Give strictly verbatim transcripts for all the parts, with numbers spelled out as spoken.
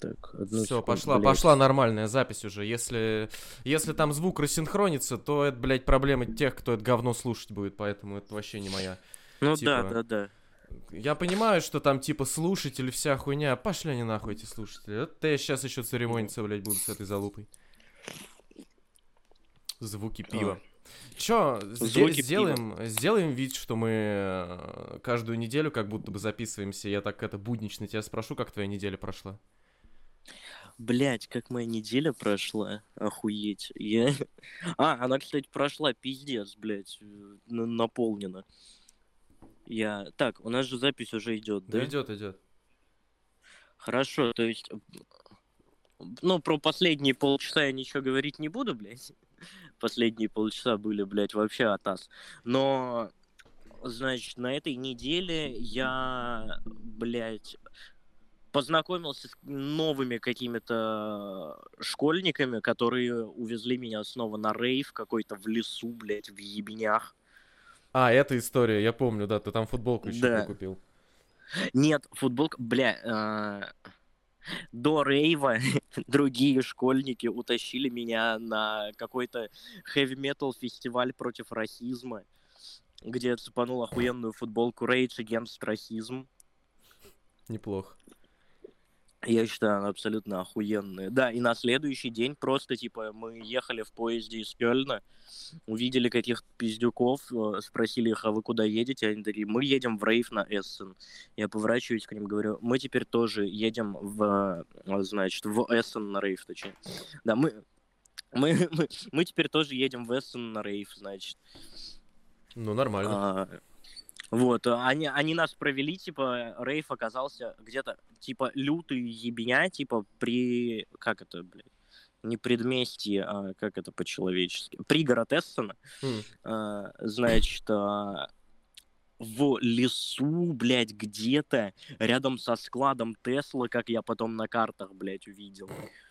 Так, одну Все, секунду, пошла, блядь. пошла нормальная запись уже. Если, если там звук рассинхронится, то это, блядь, проблема тех, кто это говно слушать будет, поэтому это вообще не моя. Ну да, Типа, да, да. я понимаю, что там типа слушатели, вся хуйня. Пошли они нахуй, эти слушатели. Это я сейчас еще церемониться, блядь, буду с этой залупой. Звуки пива. Чё, сде- Звуки сделаем, сделаем вид, что мы э, каждую неделю как будто бы записываемся. Я так это буднично тебя спрошу, как твоя неделя прошла. Блять, как моя неделя прошла. Охуеть. Я... А, она, кстати, прошла пиздец, блядь. э, на- Наполнена. Я... Так, у нас же запись уже идет, Да да? идет, идет. Хорошо, то есть... Ну, про последние полчаса я ничего говорить не буду, блядь. Последние полчаса были, блядь, вообще атас. Но, значит, на этой неделе я, блядь, познакомился с новыми какими-то школьниками, которые увезли меня снова на рейв какой-то в лесу, блядь, в ебенях. А, эта история, я помню, да, ты там футболку еще Да. прикупил. Нет, футболка, бля, а, до рейва другие школьники утащили меня на какой-то хэви-метал фестиваль против расизма, где я цепанул охуенную футболку Rage Against Racism. Неплохо. Я считаю, она абсолютно охуенная. Да, и на следующий день просто, типа, мы ехали в поезде из Кёльна, увидели каких-то пиздюков, э, спросили их, а вы куда едете? Они такие, мы едем в рейв на Эссен. Я поворачиваюсь к ним, говорю, мы теперь тоже едем в, э, значит, в Эссен на рейв, точнее. Да, мы, мы, мы, мы теперь тоже едем в Эссен на рейв, значит. Ну, нормально. А, вот, они, они нас провели, типа, рейв оказался где-то, типа, лютый ебеня, типа, при, как это, блядь, не предместье, а как это по-человечески, пригород Эссена, М. а, значит, а, в лесу, блядь, где-то, рядом со складом Тесла, как я потом на картах, блядь, увидел.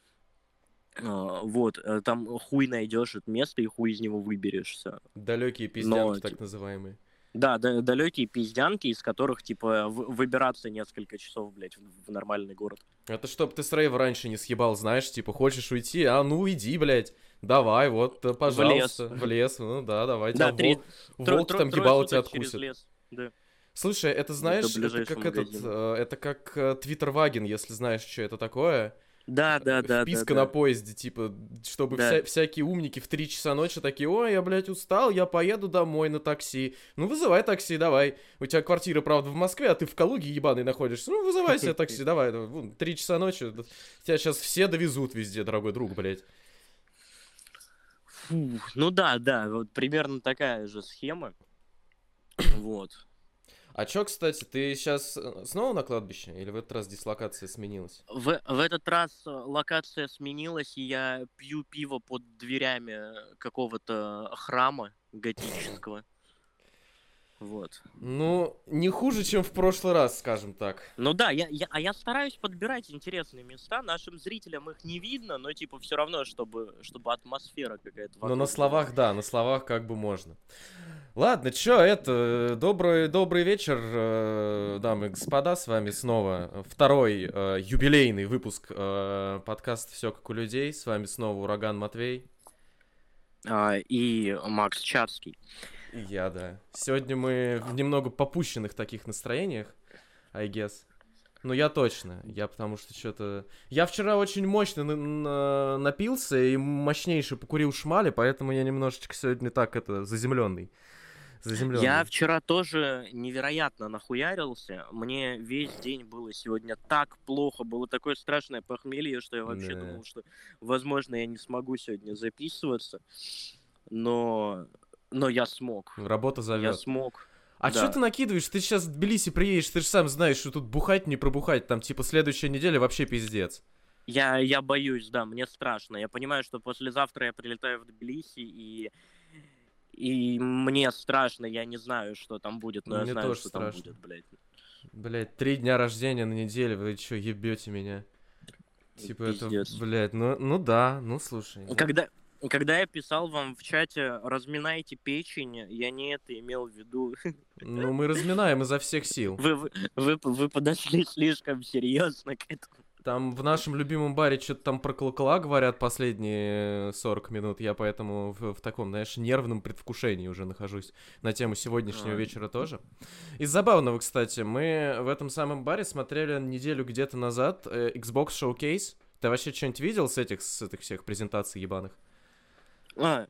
А, вот, э, там хуй найдешь это место и хуй из него выберешься. Далекие пиздянки, так называемые. Да, да, далекие пиздянки, из которых, типа, в- выбираться несколько часов, блядь, в, в нормальный город. Это чтоб ты с рейва раньше не съебал, знаешь, типа, хочешь уйти, а ну иди, блядь. Давай, вот, э, пожалуйста, в лес. Ну да, давай, Да, тебя три- вол- Тро- волк тро- там трое ебало тебя суток через откусит. лес. Да. Слушай, это До знаешь, это ближайшего как этот, магазина. э, это как э, Твиттер-ваген, если знаешь, что это такое. Да, да, да, да, Вписка да. на поезде, типа, чтобы Да. вся- всякие умники в три часа ночи такие, ой, я, блядь, устал, я поеду домой на такси. Ну, вызывай такси, давай. У тебя квартира, правда, в Москве, а ты в Калуге ебаный находишься. Ну, вызывай себе такси, давай. Вон, три часа ночи, д- тебя сейчас все довезут везде, дорогой друг, блядь. Фу, ну да, да, вот примерно такая же схема. Вот. А чё, кстати, ты сейчас снова на кладбище? Или в этот раз дислокация сменилась? В, в этот раз э, локация сменилась, и я пью пиво под дверями какого-то храма готического. Вот. Ну, не хуже, чем в прошлый раз, скажем так. Ну да, я, я, а я стараюсь подбирать интересные места. Нашим зрителям их не видно, но типа все равно, чтобы, чтобы атмосфера какая-то Но вокруг на была. словах, да, на словах как бы можно. Ладно, чё, это, добрый, добрый вечер, э, дамы и господа, с вами снова второй э, юбилейный выпуск э, подкаста «Все как у людей», с вами снова Ураган Матвей. А, и Макс Чарский. И я, да. Сегодня мы в немного попущенных таких настроениях, I guess. Ну, я точно, я потому что что-то... Я вчера очень мощно на- на- напился и мощнейше покурил шмали, поэтому я немножечко сегодня так, это, заземленный. Заземленный. Я вчера тоже невероятно нахуярился. Мне весь день было сегодня так плохо, было такое страшное похмелье, что я вообще Да. думал, что, возможно, я не смогу сегодня записываться. Но, но я смог. Работа Я зовет. смог. А да. что ты накидываешь? Ты сейчас в Тбилиси приедешь, ты же сам знаешь, что тут бухать не пробухать, там типа следующая неделя вообще пиздец. Я, я боюсь, да, мне страшно. Я понимаю, что послезавтра я прилетаю в Тбилиси, и, и мне страшно, я не знаю, что там будет, но Мне я знаю, тоже что страшно. там будет, блядь. Блять, три дня рождения на неделю, вы что, ебете меня? Типа Пиздец. это, блядь, ну, ну да, ну слушай. ну. Когда, когда я писал вам в чате «разминайте печень», я не это имел в виду. Ну мы разминаем изо всех сил. Вы, вы, вы, вы подошли слишком серьезно к этому. Там в нашем любимом баре что-то там про колокола говорят последние сорок минут. Я поэтому в, в таком, знаешь, нервном предвкушении уже нахожусь на тему сегодняшнего А, вечера тоже. Из забавного, кстати, мы в этом самом баре смотрели неделю где-то назад э, Xbox Showcase. Ты вообще что-нибудь видел с этих, с этих всех презентаций ебаных? а,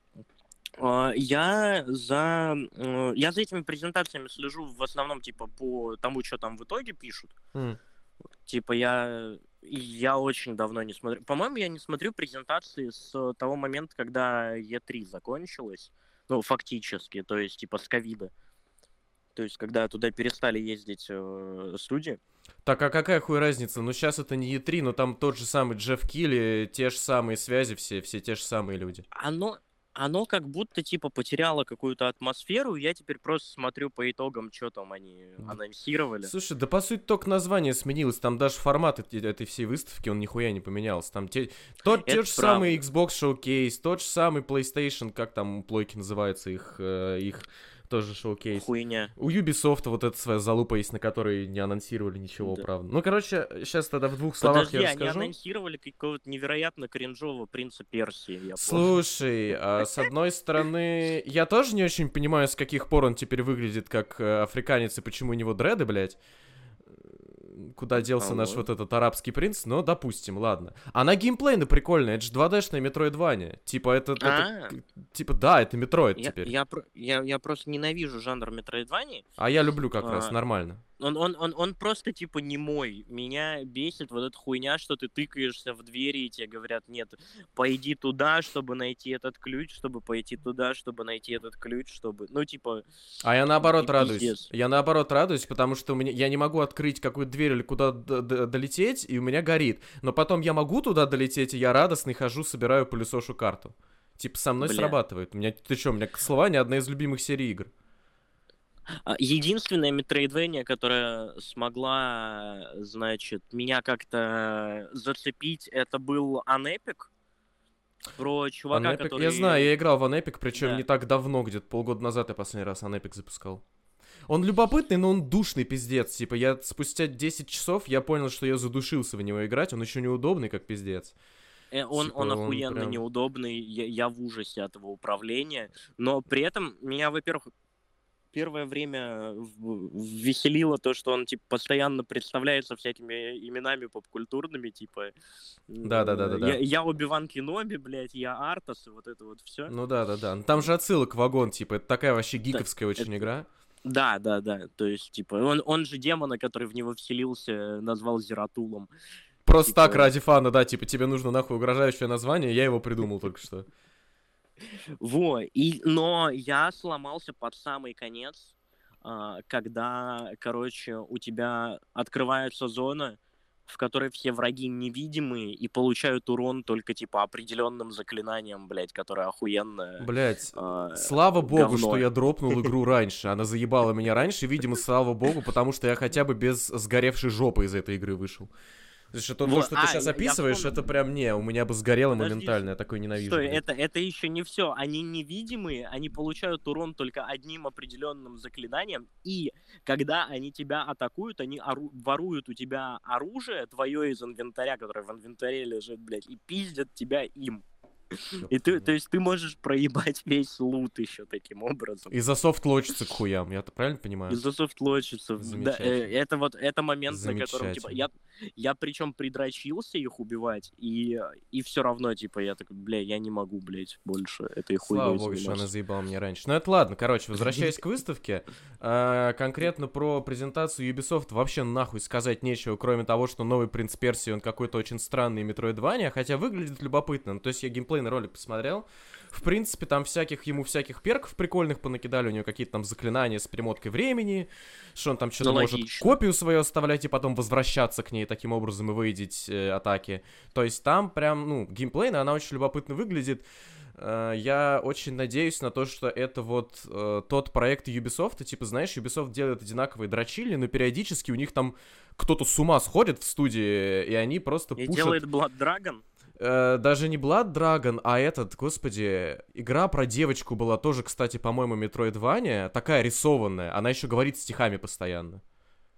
а, я за э, я за этими презентациями слежу в основном типа по тому, что там в итоге пишут. М. Типа я я очень давно не смотрю. По-моему, я не смотрю презентации с того момента, когда и три закончилась. Ну, фактически, то есть типа с ковида. То есть когда туда перестали ездить э, студии. Так, а какая хуй разница? Ну, сейчас это не и три, но там тот же самый Джефф Килли, те же самые связи, все, все те же самые люди. Оно, оно как будто типа потеряло какую-то атмосферу. Я теперь просто смотрю по итогам, что там они Да. анонсировали. Слушай, да по сути только название сменилось, там даже формат эти- этой всей выставки, он нихуя не поменялся. Там те, тот, те Это же самый правда. Xbox Showcase, тот же самый PlayStation, как там у плойки называется их, э, их тоже шоукейс. Хуйня. У Ubisoft вот эта своя залупа есть, на которой не анонсировали ничего, Да. правда. Ну, короче, сейчас тогда в двух словах Подожди, я они расскажу. анонсировали какого-то невероятно кринжового принца Персии, я помню. Слушай, а, с одной стороны, я тоже не очень понимаю, с каких пор он теперь выглядит как э, африканец и почему у него дреды, блядь. Куда делся наш Алло. вот этот арабский принц, но допустим, ладно. Она геймплейно прикольная, это же два дэ-шная Metroidvania. Типа, это, это, А, к- типа, да, это Metroid я, теперь. я, про- я, я просто ненавижу жанр Metroidvania. А я люблю как раз, А, нормально. Он, он, он, он просто типа не мой. Меня бесит вот эта хуйня, что ты тыкаешься в двери и тебе говорят, нет, пойди туда, чтобы найти этот ключ, чтобы пойти туда, чтобы найти этот ключ, чтобы... Ну, типа, А я наоборот пи- радуюсь. пиздец. Я наоборот радуюсь, потому что у меня, я не могу открыть какую-то дверь или куда д- д- долететь, и у меня горит. Но потом я могу туда долететь, и я радостный хожу, собираю пылесошу карту. Типа со мной Бля. срабатывает. У меня, ты что, у меня Castlevania одна из любимых серий игр. А, Единственная Metroidvania, которая смогла, значит, меня как-то зацепить, это был Unepic. Про чувака, Unepic, который... я знаю, я играл в Unepic, причем Да. не так давно, где-то полгода назад я последний раз Unepic запускал. Он любопытный, но он душный пиздец. Типа, я спустя десять часов я понял, что я задушился в него играть. Он еще неудобный, как пиздец. Э, Он, Типа, он он охуенно прям... неудобный, я, я в ужасе от его управления, но при этом меня, во-первых, первое время в- веселило то, что он типа постоянно представляется всякими именами попкультурными, типа Да-да-да-да-да. я, я Оби-Ван Кеноби, блядь, я Артас, и вот это вот все. Ну да-да-да. Ну, там же отсылок вагон, типа, это такая вообще Да, гиковская очень это- игра. Да, да, да, то есть, типа, он, он же демона, который в него вселился, назвал Зератулом. Просто Типа- так, ради фана, да, типа, тебе нужно нахуй угрожающее название, я его придумал только что. Во, и, но я сломался под самый конец, а, когда, короче, у тебя открывается зона, в которой все враги невидимые и получают урон только, типа, определенным заклинанием, блядь, которое охуенно... Блять, а, слава богу, говно. что я дропнул игру раньше. Она заебала меня раньше, видимо, слава богу, потому что я хотя бы без сгоревшей жопы из этой игры вышел. Потому что то, Вот, то, что ты а, сейчас я- я описываешь, вспомнил. это прям не, у меня бы сгорело Подожди, моментально, я такой ненавижу. Стой, блядь. это, это еще не все. Они невидимые, они получают урон только одним определенным заклинанием, и когда они тебя атакуют, они ору- воруют у тебя оружие твое из инвентаря, которое в инвентаре лежит, блядь, и пиздят тебя им. И ты, то есть ты можешь проебать весь лут еще таким образом. И за софт лочится к хуям, я-то правильно понимаю? Из-за софтлочицев. Да, Замечательно. э, это вот это момент, на котором типа я, Замечательно. я причем придрочился их убивать, и, и все равно, типа, я такой, бля, я не могу, блядь, больше этой Слава хуйней богу, что она заниматься. заебала меня раньше. Ну это ладно, короче, возвращаясь к выставке, э, конкретно про презентацию Ubisoft вообще нахуй сказать нечего, кроме того, что новый Принц Персии, он какой-то очень странный Metroidvania, хотя выглядит любопытно. Ну, то есть я геймплейный ролик посмотрел, в принципе, там всяких, ему всяких перков прикольных понакидали, у него какие-то там заклинания с перемоткой времени, что он там что-то Ну, может логично. копию свою оставлять и потом возвращаться к ней таким образом и выйдеть э, атаки. То есть там прям, ну, геймплейно она очень любопытно выглядит. Э, Я очень надеюсь на то, что это вот э, тот проект Ubisoft, типа, знаешь, Ubisoft делает одинаковые дрочили, но периодически у них там кто-то с ума сходит в студии, и они просто И пушат... делает Blood Dragon. Э, даже не Blood Dragon, а этот, господи, игра про девочку была тоже, кстати, по-моему, Metroidvania, такая рисованная, она еще говорит стихами постоянно.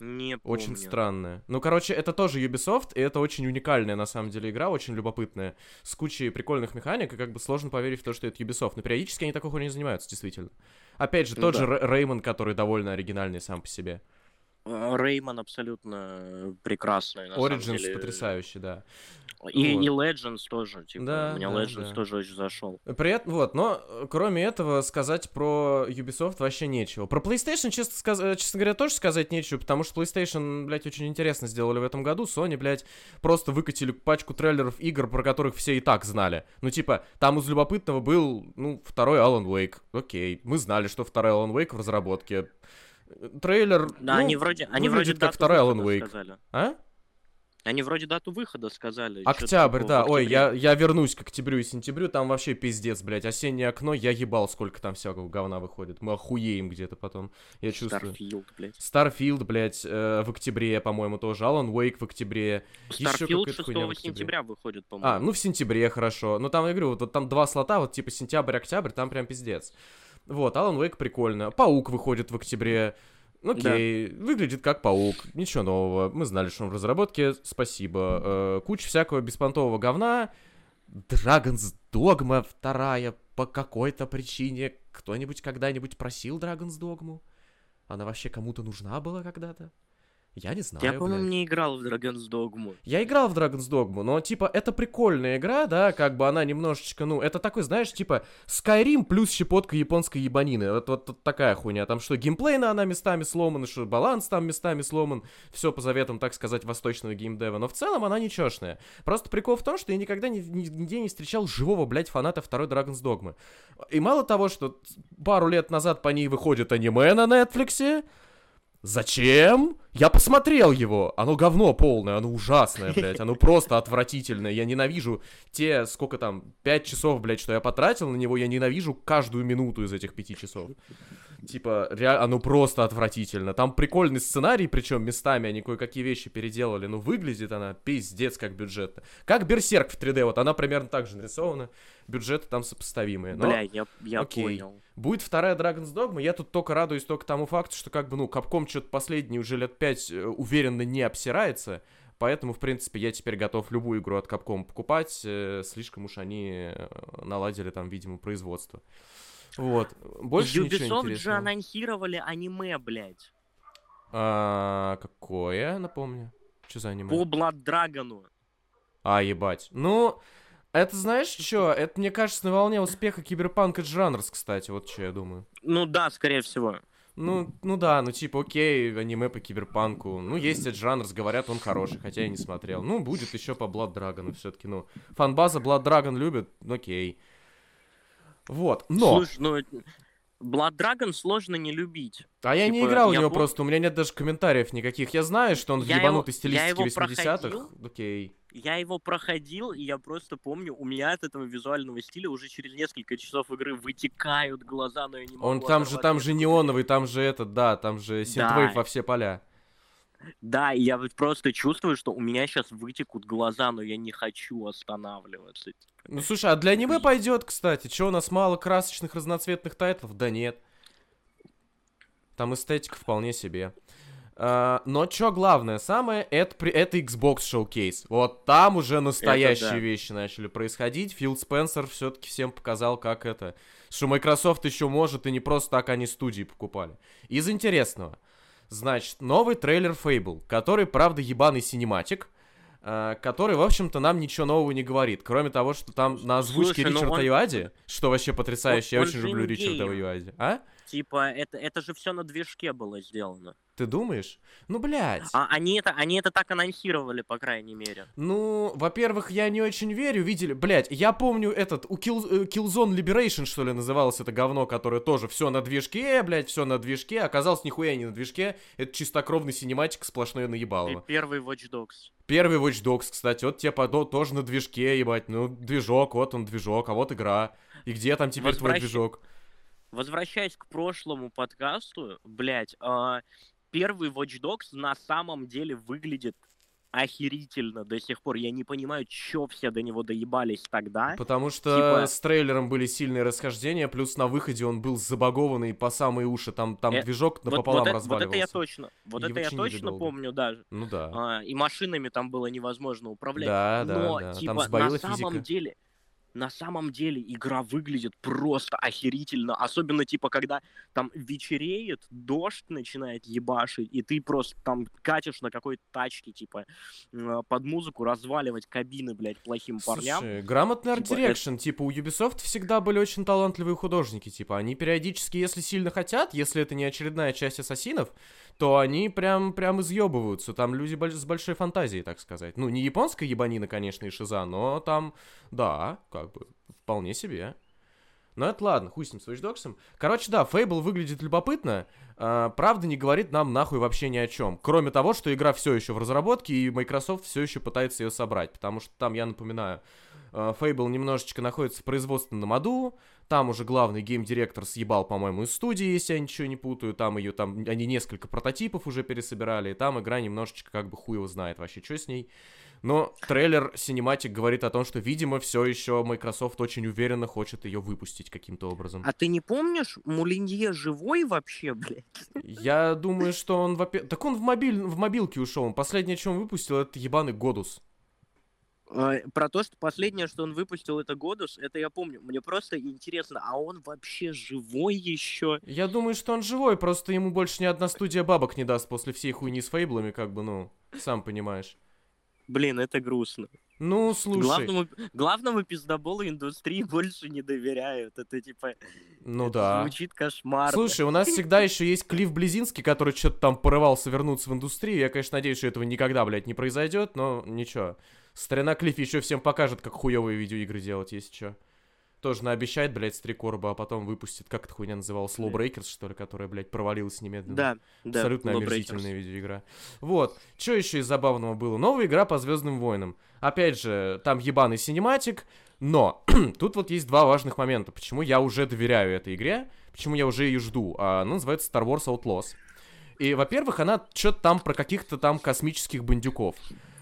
Не Очень помню. странная. Ну, короче, это тоже Ubisoft, и это очень уникальная, на самом деле, игра, очень любопытная, с кучей прикольных механик, и как бы сложно поверить в то, что это Ubisoft. Но периодически они такой хуйней занимаются, действительно. Опять же, Ну тот же да. Реймон, который довольно оригинальный сам по себе. А, Реймон абсолютно прекрасный, на самом Origins деле. потрясающий, да. И, и Вот. Legends тоже, типа, Да, мне да, Legends да. тоже очень зашел. При этом, вот, но э, кроме этого сказать про Ubisoft вообще нечего. Про PlayStation, честно, сказ... э, честно говоря, тоже сказать нечего, потому что PlayStation, блядь, очень интересно сделали в этом году. Sony, блядь, просто выкатили пачку трейлеров игр, про которых все и так знали. Ну, типа, там из любопытного был, ну, второй Alan Wake. Окей, мы знали, что второй Alan Wake в разработке. Трейлер, Да, ну, они вроде, они вроде выглядит как дату второй Alan выхода Wake. сказали. А? Они вроде дату выхода сказали. Что-то Октябрь, типа в да. Ой, октябре. я, я вернусь к октябрю и сентябрю. Там вообще пиздец, блядь. Осеннее окно, я ебал, сколько там всякого говна выходит. Мы охуеем где-то потом. Я чувствую. Starfield, блядь. Starfield, блядь, э, в октябре, по-моему, тоже. Alan Wake в октябре. Еще Starfield какая-то хуйня в шестого октябре. сентября выходит, А, по-моему. ну в сентябре, хорошо. Ну там, я говорю, вот, вот там два слота, вот типа сентябрь-октябрь, там прям пиздец. Вот, Alan Wake прикольно. Паук выходит в октябре. Окей, да. Выглядит как паук, ничего нового. Мы знали, что он в разработке, спасибо. Э, куча всякого беспонтового говна. Dragon's Dogma вторая по какой-то причине. Кто-нибудь когда-нибудь просил Dragon's Dogma? Она вообще кому-то нужна была когда-то? Я не знаю, Я, по-моему, блядь. не играл в Dragon's Dogma. Я играл в Dragon's Dogma, но, типа, это прикольная игра, да, как бы она немножечко, ну, это такой, знаешь, типа, Skyrim плюс щепотка японской ебанины, вот, вот, вот такая хуйня, там что, геймплейно она местами сломана, что баланс там местами сломан, все по заветам, так сказать, восточного геймдева, но в целом она ничешная. Просто прикол в том, что я никогда ни, ни, нигде не встречал живого, блядь, фаната второй Dragon's Dogma. И мало того, что пару лет назад по ней выходит аниме на Netflixе. Зачем? Я посмотрел его. Оно говно полное, оно ужасное, блядь. Оно просто отвратительное. Я ненавижу те, сколько там, пять часов, блядь, что я потратил на него. Я ненавижу каждую минуту из этих пяти часов. Типа, реально, оно просто отвратительно. Там прикольный сценарий, причем местами они кое-какие вещи переделали. Но выглядит она пиздец как бюджетно. Как Берсерк в три дэ, вот она примерно так же нарисована. Бюджеты там сопоставимые. Но... Бля, я, я Окей. понял. Будет вторая Dragon's Dogma, я тут только радуюсь только тому факту, что как бы, ну, Capcom что-то последние уже лет пять э, уверенно не обсирается, поэтому, в принципе, я теперь готов любую игру от Capcom покупать, э, слишком уж они э, наладили там, видимо, производство. Вот, больше ничего Ubisoft интересного. же анонсировали аниме, блядь. А, какое, напомню? Что за аниме? По Blood Dragon. А, ебать. Ну... Это знаешь что? Это, мне кажется, на волне успеха Cyberpunk Edge Runners, кстати, вот что я думаю. Ну да, скорее всего. Ну, ну да, ну типа, окей, аниме по Киберпанку. Ну, есть Edge Runners, говорят, он хороший, хотя я не смотрел. Ну, будет еще по Blood Dragon, все-таки, ну. Фанбаза Blood Dragon любит, окей. Вот, но... Слушай, ну, Blood Dragon сложно не любить. А я типа, не играл в я него пом... просто, у меня нет даже комментариев никаких. Я знаю, что он в я ебанутой его... стилистике восьмидесятых. Проходил, окей. Я его проходил, и я просто помню, у меня от этого визуального стиля уже через несколько часов игры вытекают глаза, но я не могу Он там же, там же неоновый, там же этот, да, там же синтвейв да. во все поля. Да, и я вот просто чувствую, что у меня сейчас вытекут глаза, но я не хочу останавливаться. Ну, слушай, а для аниме пойдет, кстати. Че, у нас мало красочных разноцветных тайтлов? Да нет. Там эстетика вполне себе. Uh, но что главное самое, это, это Xbox Showcase. Вот там уже настоящие да. вещи начали происходить. Фил Спенсер все-таки всем показал, как это. Что Microsoft еще может, и не просто так они студии покупали. Из интересного. Значит, новый трейлер Fable, который, правда, ебаный синематик, uh, который, в общем-то, нам ничего нового не говорит. Кроме того, что там на озвучке Слушай, Ричарда он... Юади, что вообще потрясающе, он, я очень люблю Ричарда Юади. А? Типа, это, это же все на движке было сделано. Ты думаешь? Ну, блядь. А они это, они это так анонсировали, по крайней мере. Ну, во-первых, я не очень верю. Видели, блядь, я помню этот, у Kill, Killzone Liberation, что ли, называлось это говно, которое тоже все на движке, блядь, все на движке. Оказалось, нихуя не на движке. Это чистокровный синематик сплошной наебалово. И первый Watch Dogs. Первый Watch Dogs, кстати, вот типа тоже на движке, ебать. Ну, движок, вот он движок, а вот игра. И где там теперь Возвращ... твой движок? Возвращаясь к прошлому подкасту, блядь, э, первый Watch Dogs на самом деле выглядит охерительно до сих пор. Я не понимаю, чё все до него доебались тогда. Потому что Типа, с трейлером были сильные расхождения, плюс на выходе он был забагованный по самые уши, там, там э, движок вот, вот, напополам это, вот это я разваливался. точно, вот И это его я чинили точно долго. помню даже. Ну да. А, и машинами там было невозможно управлять. Да, да, Но, да. Там типа, на сбоила самом физика. деле, на самом деле игра выглядит просто охерительно. Особенно, типа, когда там вечереет, дождь начинает ебашить, и ты просто там катишь на какой-то тачке, типа, м, под музыку разваливать кабины, блядь, плохим парням. Слушай, грамотный Типа, это... арт-дирекшн, типа у Ubisoft всегда были очень талантливые художники, типа они периодически, если сильно хотят, если это не очередная часть ассасинов, то они прям, прям изъебываются, там люди больш- с большой фантазией, так сказать. Ну, не японская ебанина, конечно, и шиза, но там, да, как бы, вполне себе. Ну это ладно, хуй с ним, с Watch Dogs'ом. Короче, да, Fable выглядит любопытно. А, правда, не говорит нам нахуй вообще ни о чем. Кроме того, что игра все еще в разработке, и Microsoft все еще пытается ее собрать. Потому что там, я напоминаю, а, Fable немножечко находится в производственном аду. Там уже главный гейм-директор съебал, по-моему, из студии, если я ничего не путаю. Там ее, там, они несколько прототипов уже пересобирали. И там игра немножечко как бы хуй его знает вообще, что с ней. Но трейлер Cinematic говорит о том, что, видимо, все еще Microsoft очень уверенно хочет ее выпустить каким-то образом. А ты не помнишь, Мулинье живой вообще, блядь? Я думаю, что он... Во-пе... Так он в, мобиль... в мобилке ушел. Он последнее, что он выпустил, это ебаный Годус. А, Про то, что последнее, что он выпустил, это Годус, это я помню. Мне просто интересно, а он вообще живой еще? Я думаю, что он живой, просто ему больше ни одна студия бабок не даст после всей хуйни с фейблами, как бы, ну, сам понимаешь. Блин, это грустно. Ну, слушай... Главному, главному пиздоболу индустрии больше не доверяют. Это типа... Ну это да. звучит кошмарно. Слушай, у нас всегда еще есть Клифф Близинский, который что-то там порывался вернуться в индустрию. Я, конечно, надеюсь, что этого никогда, блядь, не произойдет, но ничего. Старина Клифф еще всем покажет, как хуевые видеоигры делать, если что. Тоже наобещает, блядь, с три короба, а потом выпустит, как эта хуйня называлась, Lawbreakers, что ли, которая, блядь, провалилась немедленно. Да, да, Абсолютно Lawbreakers. омерзительная видеоигра. Вот. Что еще из забавного было? Новая игра по Звездным войнам. Опять же, там ебаный синематик, но тут вот есть два важных момента. Почему я уже доверяю этой игре, почему я уже ее жду. А, она называется Star Wars Outlaws. И, во-первых, она что-то там про каких-то там космических бандюков.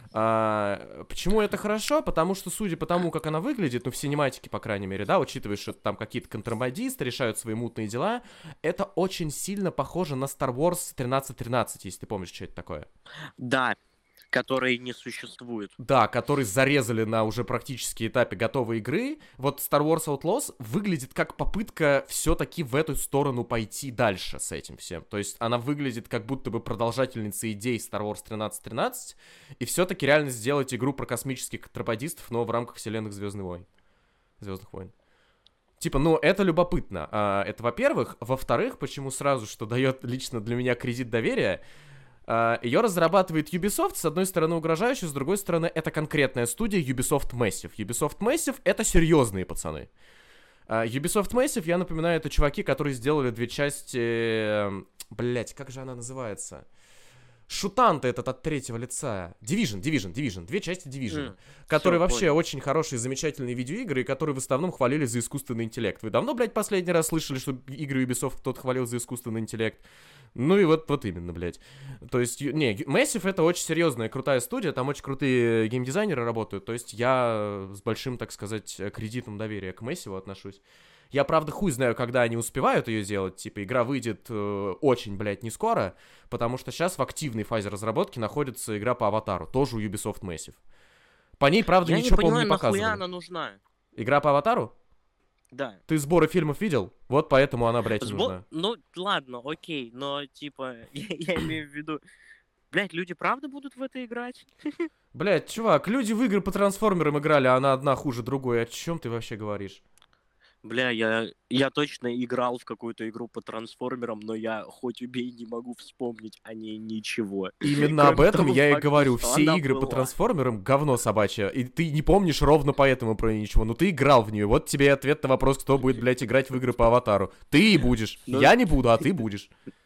А, почему это хорошо? Потому что, судя по тому, как она выглядит, ну, в синематике, по крайней мере, да, учитывая, что там какие-то контрабандисты решают свои мутные дела, это очень сильно похоже на Star Wars тринадцать тринадцать, если ты помнишь, что это такое. Да, которые не существуют. Да, который зарезали на уже практически этапе готовой игры. Вот Star Wars Outlaws выглядит как попытка все-таки в эту сторону пойти дальше с этим всем. То есть она выглядит как будто бы продолжательницей идей Star Wars тринадцать тринадцать, и все-таки реально сделать игру про космических контрабандистов, но в рамках вселенных Звездных войн. Звездных войн. Типа, ну, это любопытно. А, это, во-первых. Во-вторых, почему сразу, что дает лично для меня кредит доверия, Uh, ее разрабатывает Ubisoft, с одной стороны угрожающе, с другой стороны это конкретная студия Ubisoft Massive. Ubisoft Massive — это серьезные пацаны. Uh, Ubisoft Massive, я напоминаю, это чуваки, которые сделали две части... Блять, как же она называется? Шутан-то этот от третьего лица. Division, Division, Division. Две части Division. Mm, которые вообще понял. Очень хорошие, замечательные видеоигры, и которые в основном хвалили за искусственный интеллект. Вы давно, блядь, последний раз слышали, что игры Ubisoft кто-то хвалил за искусственный интеллект? Ну и вот, вот именно, блядь. То есть, не, Massive — это очень серьезная, крутая студия, там очень крутые геймдизайнеры работают. То есть я с большим, так сказать, кредитом доверия к Massive отношусь. Я, правда, хуй знаю, когда они успевают ее делать. Типа, игра выйдет э, очень, блядь, не скоро, потому что сейчас в активной фазе разработки находится игра по Аватару, тоже у Ubisoft Massive. По ней, правда, Я ничего, не по-моему, не понимаю, показывали. нахуя она нужна? Игра по Аватару? Да. Ты сборы фильмов видел? Вот поэтому она, блядь, Сбо... нужна. Ну, ладно, окей, но, типа, я, я имею в виду... Блядь, люди правда будут в это играть? Блядь, чувак, люди в игры по трансформерам играли, а она одна хуже другой. О чем ты вообще говоришь? Бля, я, я точно играл в какую-то игру по трансформерам, но я хоть убей не могу вспомнить о ней ничего. Именно об этом я и говорю. Все игры по трансформерам говно собачье. И ты не помнишь ровно поэтому про нее ничего. Но ты играл в нее. Вот тебе и ответ на вопрос, кто будет, блядь, играть в игры по Аватару. Ты и будешь. Я не буду, а ты будешь.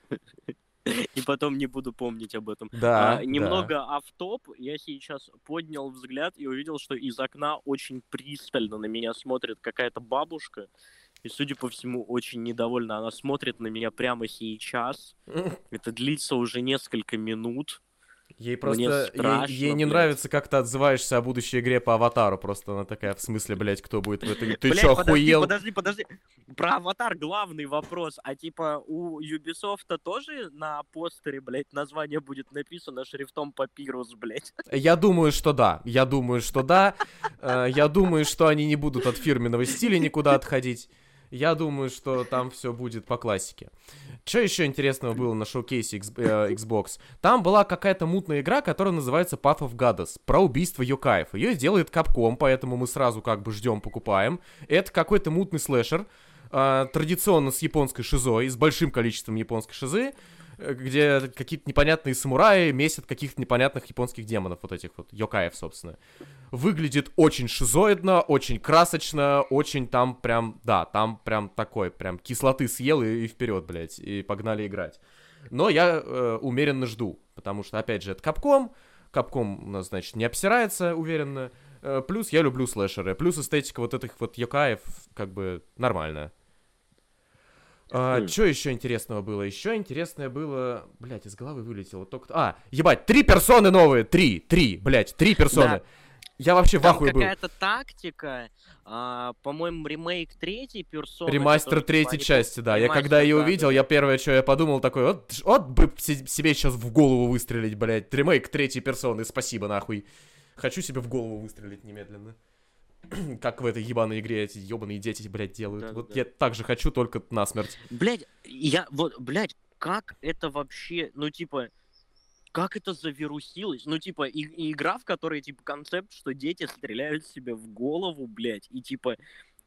И потом не буду помнить об этом. Да, а, немного да. автоп. Я сейчас поднял взгляд и увидел, что из окна очень пристально на меня смотрит какая-то бабушка. И, судя по всему, очень недовольна. Она смотрит на меня прямо сейчас. Это длится уже несколько минут. Ей Мне просто, ей, страшно, ей не блядь. нравится, как ты отзываешься о будущей игре по Аватару, просто она такая, в смысле, блядь, кто будет в этой... Ты Блядь, чё, подожди, охуел? подожди, подожди. Про Аватар главный вопрос. А типа у Ubisoft тоже на постере, блядь, название будет написано шрифтом Папирус, блядь? Я думаю, что да, я думаю, что да. Э, Я думаю, что они не будут от фирменного стиля никуда отходить. Я думаю, что там все будет по классике. Что еще интересного было на шоу-кейсе X- э, Xbox? Там была какая-то мутная игра, которая называется Path of Goddess, про убийство Йокаев. Ее делает Capcom, поэтому мы сразу как бы ждем, покупаем. Это какой-то мутный слэшер, э, традиционно с японской шизой, с большим количеством японской шизы, э, где какие-то непонятные самураи месят каких-то непонятных японских демонов, вот этих вот Йокаев, собственно. Выглядит очень шизоидно, очень красочно, очень там прям, да, там прям такой, прям кислоты съел и, и вперед, блядь, и погнали играть. Но я э, умеренно жду, потому что, опять же, это Capcom, Capcom у нас, значит, не обсирается уверенно, э, плюс я люблю слэшеры, плюс эстетика вот этих вот Йокаев, как бы, нормальная. А, Хм. что еще интересного было? Еще интересное было... Блять, из головы вылетело только... А, ебать, три персоны новые! Три! Три, блять, три персоны! Да. Я вообще в Там ахуе был. какая-то тактика, а, по-моему, ремейк третьей персоны. Ремастер который, типа, третьей они части, да. Я ремастер, когда ее да, увидел, да, я да. первое, что я подумал, такой, вот, вот бы се- себе сейчас в голову выстрелить, блядь. Ремейк третьей персоны, спасибо, нахуй. Хочу себе в голову выстрелить немедленно. Как в этой ебаной игре эти ебаные дети, блядь, делают. Да, да, Вот да. я так же хочу, только насмерть. Блядь, я вот, блядь, как это вообще, ну, типа, как это завирусилось? Ну, типа, и, и игра, в которой, типа, концепт, что дети стреляют себе в голову, блядь, и, типа,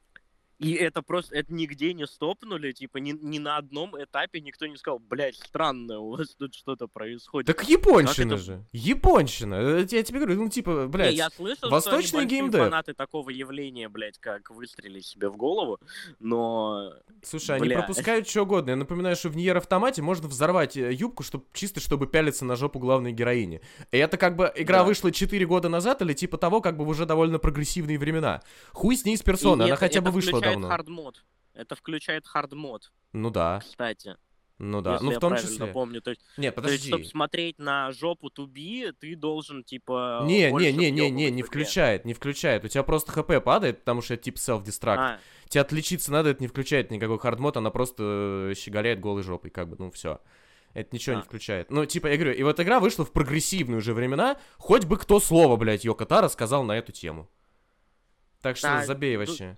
и это просто, это нигде не стопнули, типа, ни, ни на одном этапе никто не сказал, блядь, странно, у вас тут что-то происходит. Так японщина это- же. Японщина. Э, Я тебе говорю, ну типа, Не, блядь. я слышал, восточный что они большие геймдев. фанаты такого явления, блядь, как выстрелить себе в голову, но... Слушай, они Бля. пропускают что угодно. Я напоминаю, что в Ниер Автомате можно взорвать э, юбку, чтоб, чисто чтобы пялиться на жопу главной героини. И это как бы игра Да. вышла четыре года назад, или типа того, как бы в уже довольно прогрессивные времена. Хуй с ней с И персоной, она это- хотя бы это вышла включает давно. хардмод. Это включает хардмод, Ну да, кстати. ну да. Если Ну я в том правильно числе. помню. То есть, Нет, то есть, подожди. чтобы смотреть на жопу Туби, ты должен, типа, Не, больше не, не, не, не, въёбывать не в игре. включает, не включает. У тебя просто хп падает, потому что это типа self-destruct. А, Тебе отличиться надо, это не включает никакой хардмод, она просто э, щеголяет голой жопой, как бы, ну все. Это ничего не А. включает. Ну, типа, я говорю, и вот игра вышла в прогрессивные уже времена, хоть бы кто слово, блядь, Йоко Таро сказал на эту тему. Так что Да, забей ду- вообще.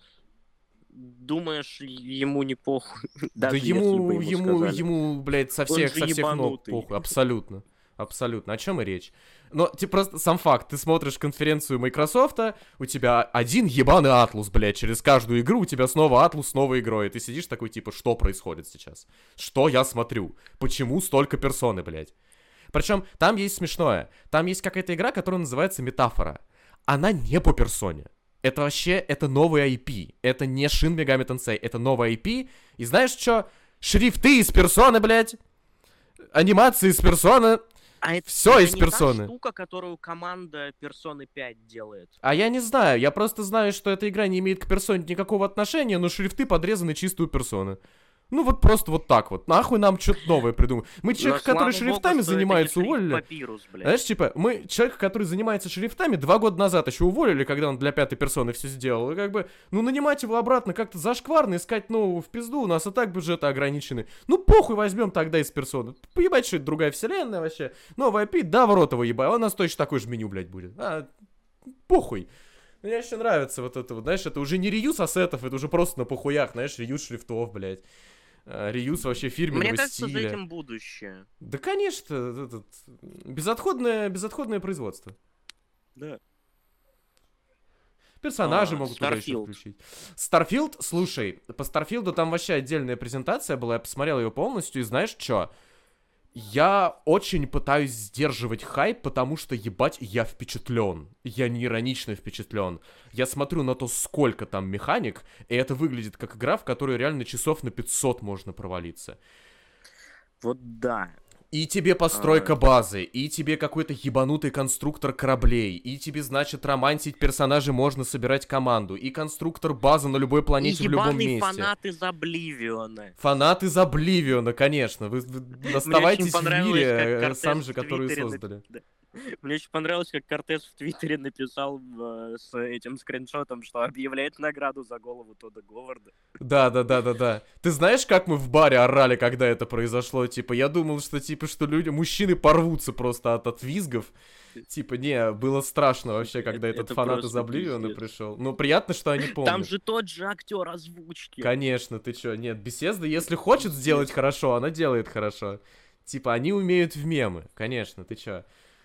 думаешь, ему не похуй? Да Даже если бы ему, ему, ему, сказали. ему, блядь, со Он всех, же со всех ног ебанутый. похуй, абсолютно. Абсолютно. О чем и речь? Но, типа, просто сам факт. Ты смотришь конференцию Microsoft, у тебя один ебаный Атлус, блядь. Через каждую игру у тебя снова Атлус с новой игрой. И ты сидишь такой, типа, что происходит сейчас? Что я смотрю? Почему столько персоны, блядь? Причем там есть смешное. Там есть какая-то игра, которая называется Метафора. Она не по персоне. Это вообще, это новый ай пи. Это не Shin Megami Tensei. Это новый ай пи. И знаешь что? Шрифты из персоны, блядь. Анимации из персоны. А это, Всё это из не персоны. та штука, которую команда Персоны пять делает. А я не знаю. Я просто знаю, что эта игра не имеет к персоне никакого отношения, но шрифты подрезаны чистую персону. Ну вот просто вот так вот. Нахуй нам что-то новое придумать. Мы человека, Но, который слава шрифтами богу, что это не занимается, шрифт уволили. Папирус, блядь. Знаешь, типа, мы человека, который занимается шрифтами, два года назад еще уволили, когда он для пятой персоны все сделал. И как бы, ну, нанимать его обратно как-то зашкварно, искать нового в пизду, у нас и так бюджеты ограничены. Ну, похуй, возьмем тогда из персоны. Поебать, что это другая вселенная вообще. Новый ай пи, да, в рот его ебай, у нас точно такой же меню, блядь, будет. А, похуй. Мне еще нравится вот это вот, знаешь, это уже не реюз ассетов, это уже просто на похуях, знаешь, реюз шрифтов, блядь. А, реюз вообще фирменного Мне кажется, стиля. за этим будущее. Да, конечно, этот, безотходное, безотходное производство. Да. Персонажи А, могут туда еще Starfield. включить. Старфилд, слушай, по Старфилду там вообще отдельная презентация была, я посмотрел ее полностью, и знаешь что? Я очень пытаюсь сдерживать хайп, потому что, ебать, я впечатлен. Я не иронично впечатлен. Я смотрю на то, сколько там механик, и это выглядит как игра, в которой реально часов на пятьсот можно провалиться. Вот да. И тебе постройка А, базы, и тебе какой-то ебанутый конструктор кораблей, и тебе, значит, романтить персонажей можно собирать команду, и конструктор базы на любой И планете в любом ебаный месте. фанат из Обливиона. Фанат из Обливиона, конечно. Вы, вы Мне очень оставайтесь в понравилось, мире, как э, сам Кортес же, в который Твиттере... нап- создали. да. Мне очень понравилось, как Кортес в Твиттере написал э, с этим скриншотом, что объявляет награду за голову Тодда Говарда. Да, да, да, да, да. Ты знаешь, как мы в баре орали, когда это произошло? Типа, я думал, что типа, что люди, мужчины порвутся просто от, от визгов. Типа, не, было страшно вообще, когда Это, этот это фанат из просто Обливиона пиздец. пришел. Ну, приятно, что они Там помнят. же тот же актер озвучки. Конечно, ты чё? Нет, Bethesda, если хочет сделать Пиздец. хорошо, она делает хорошо. Типа, они умеют в мемы. Конечно, ты чё?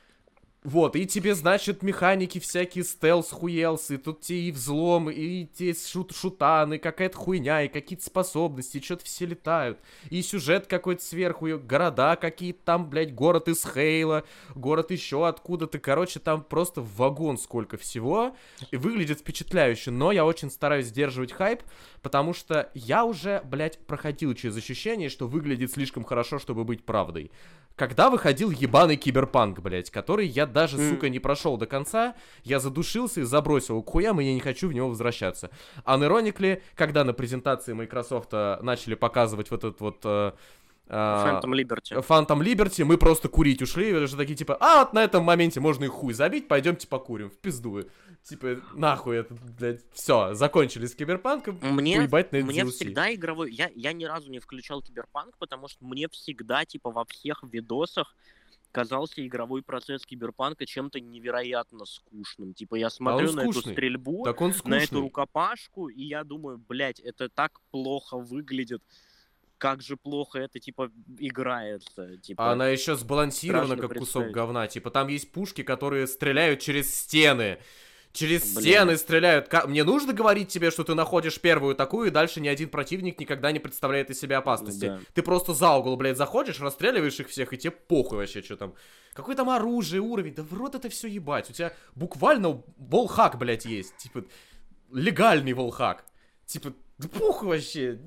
Вот, и тебе, значит, механики всякие, стелс, хуелс, и тут тебе и взлом, и те шут шутаны, какая-то хуйня, и какие-то способности, и что-то все летают. И сюжет какой-то сверху, и города какие-то там, блядь, город из Хейла, город еще откуда-то. Короче, там просто вагон сколько всего, и выглядит впечатляюще. Но я очень стараюсь сдерживать хайп, потому что я уже, блядь, проходил через ощущение, что выглядит слишком хорошо, чтобы быть правдой. Когда выходил ебаный Киберпанк, блядь, который я даже, М. сука, не прошел до конца, я задушился и забросил к хуям, и я не хочу в него возвращаться. Unironically, когда на презентации Microsoft э, начали показывать вот этот вот... э, э, Phantom Liberty. Phantom Liberty, мы просто курить ушли, и уже такие, типа, а вот на этом моменте можно и хуй забить, пойдемте покурим, в пизду. Типа, нахуй это, блядь, все, закончили с Киберпанком, Мне, уебать на это мне ди эл си. всегда игровой... Я, я ни разу не включал Киберпанк, потому что мне всегда, типа, во всех видосах казался игровой процесс Киберпанка чем-то невероятно скучным. Типа, я А он смотрю на эту скучный. стрельбу, Так он на эту скучный. рукопашку, и я думаю, блядь, это так плохо выглядит. Как же плохо это, типа, играется. Типа, А она еще сбалансирована, страшно как кусок представить. говна. Типа, там есть пушки, которые стреляют через стены. Через Бля. стены стреляют. Ка- Мне нужно говорить тебе, что ты находишь первую такую, и дальше ни один противник никогда не представляет из себя опасности. Да. Ты просто за угол, блядь, заходишь, расстреливаешь их всех, и тебе похуй вообще, что там. Какое там оружие, уровень, да в рот это все ебать. У тебя буквально волхак, блядь, есть. Типа, легальный волхак. Типа, да похуй вообще.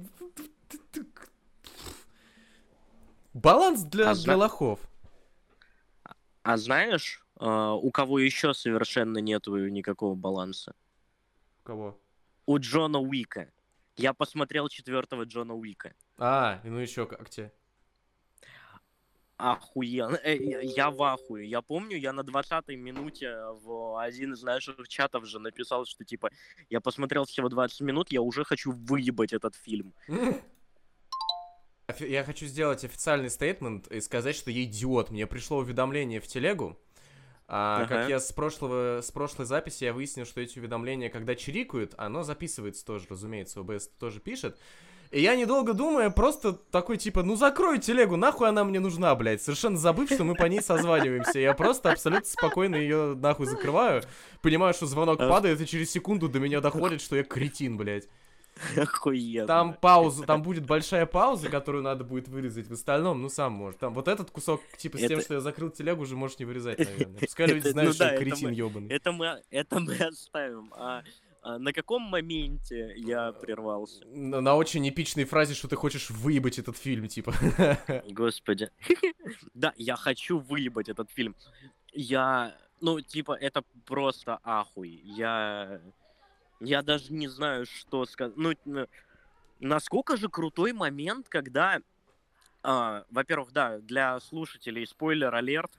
Баланс для, А для зна- лохов. А знаешь, а, у кого еще совершенно нету никакого баланса? Кого? У Джона Уика. Я посмотрел четвертого Джона Уика. А, ну еще как тебе? Охуенно. Э, Я я в ахуе. Я помню, я на двадцатой минуте в один из наших чатов же написал, что типа, я посмотрел всего двадцать минут, я уже хочу выебать этот фильм. Офи- Я хочу сделать официальный стейтмент и сказать, что я идиот. Мне пришло уведомление в телегу. А, Ага. как я с прошлого, с прошлой записи я выяснил, что эти уведомления, когда чирикают, оно записывается тоже, разумеется, о бэ эс тоже пишет. И я, недолго думая, просто такой, типа, ну закрой телегу, нахуй она мне нужна, блядь. Совершенно забыв, что мы по ней созваниваемся. Я просто абсолютно спокойно ее нахуй закрываю. Понимаю, что звонок Ах. падает, и через секунду до меня доходит, что я кретин, блядь. Охуенно. Там пауза, там будет большая пауза, которую надо будет вырезать. В остальном, ну сам можешь. Там вот этот кусок, типа, с тем, Это- что я закрыл телегу, уже можешь не вырезать, наверное. Пускай люди Это- знают, ну что да, я это кретин мы- ебаный. Это мы, это мы оставим. А, а на каком моменте я прервался? На, на очень эпичной фразе, что ты хочешь выебать этот фильм, типа. Господи. Да, я хочу выебать этот фильм. Я, ну, типа, это просто ахуй. Я, я даже не знаю, что сказать. Ну, н- насколько же крутой момент, когда, а, во-первых, да, для слушателей спойлер-алерт.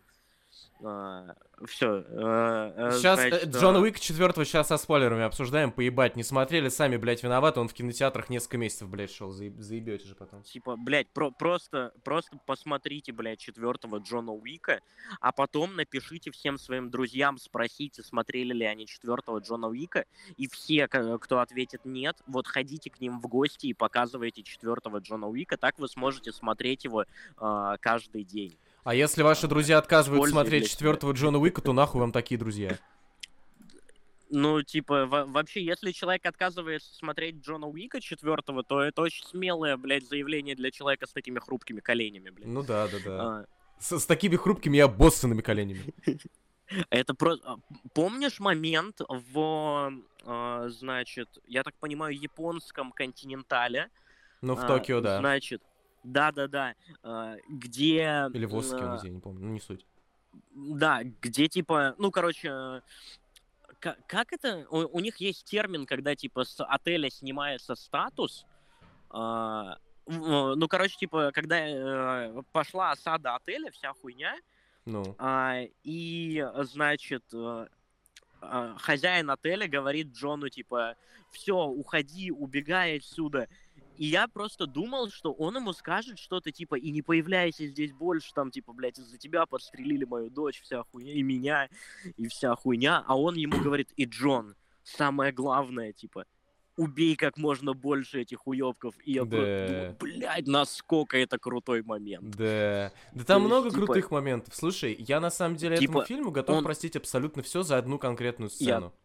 Все. Сейчас Джон Уик четвертого сейчас со спойлерами обсуждаем, поебать. Не смотрели, сами, блядь, виноваты. Он в кинотеатрах несколько месяцев, блядь, шел. Заебете же потом. Типа, блядь, про- просто, просто посмотрите, блядь, четвертого Джона Уика, а потом напишите всем своим друзьям, спросите, смотрели ли они четвертого Джона Уика, и все, ка- кто ответит нет, вот ходите к ним в гости и показывайте четвертого Джона Уика, так вы сможете смотреть его а, каждый день. А если ваши друзья отказываются Используй смотреть для себя. четвертого Джона Уика, то нахуй вам такие друзья? Ну, типа, во- вообще, если человек отказывается смотреть Джона Уика четвертого, то это очень смелое, блядь, заявление для человека с такими хрупкими коленями, блядь. Ну да, да, да. А, С, с такими хрупкими и обоссанными коленями. Это просто... Помнишь момент в, а, значит, я так понимаю, японском континентале? Ну, в а, Токио, да. Значит, Да-да-да, а, где... Или в м, Осаке он, а, я не помню, ну не суть. да, где типа, ну, короче, ка- как это? У, у них есть термин, когда типа с отеля снимается статус. а, в- ну, короче, типа, когда э, пошла осада отеля, вся хуйня, Ну, а, и, значит, э, а, хозяин отеля говорит Джону, типа, все, уходи, убегай отсюда. И я просто думал, что он ему скажет что-то, типа, и не появляйся здесь больше, там, типа, блядь, из-за тебя подстрелили мою дочь, вся хуйня, и меня, и вся хуйня. А он ему говорит, и Джон, самое главное, типа, убей как можно больше этих уебков. И я просто думаю, да, блядь, насколько это крутой момент. да. Да То там есть, много типа, крутых моментов. Слушай, я на самом деле этому типа, фильму готов он, простить абсолютно все за одну конкретную я, сцену.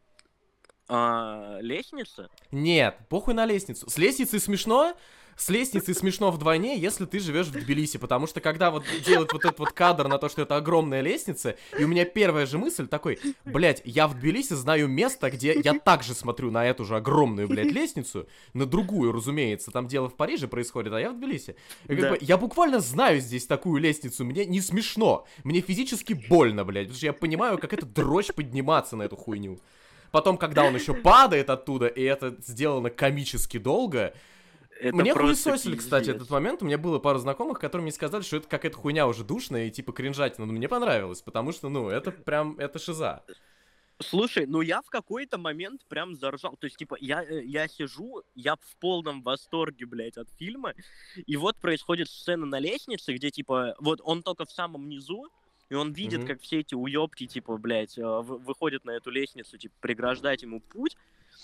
а, лестница, Нет, похуй на лестницу. С лестницей смешно, с лестницей смешно вдвойне, если ты живешь в Тбилиси, потому что когда вот делают вот этот вот кадр на то, что это огромная лестница, и у меня первая же мысль такой, блять, я в Тбилиси знаю место, где я также смотрю на эту же огромную, блядь, лестницу, на другую, разумеется, там дело в Париже происходит, а я в Тбилиси. И как да. бы, я буквально знаю здесь такую лестницу, мне не смешно, мне физически больно, блядь, потому что я понимаю, как это дрожь подниматься на эту хуйню. Потом, когда он еще падает оттуда, и это сделано комически долго. Это Мне просто хуесосили, кстати, пиздец. этот момент. У меня было пару знакомых, которые мне сказали, что это какая-то хуйня уже душная и типа кринжатина. Но мне понравилось, потому что, ну, это прям, это шиза. Слушай, ну я в какой-то момент прям заржал. То есть, типа, я, э, я сижу, я в полном восторге, блядь, от фильма. И вот происходит сцена на лестнице, где, типа, вот он только в самом низу, и он видит, Мгм. как все эти уёбки, типа, блядь, э, вы- выходят на эту лестницу, типа, преграждать ему путь.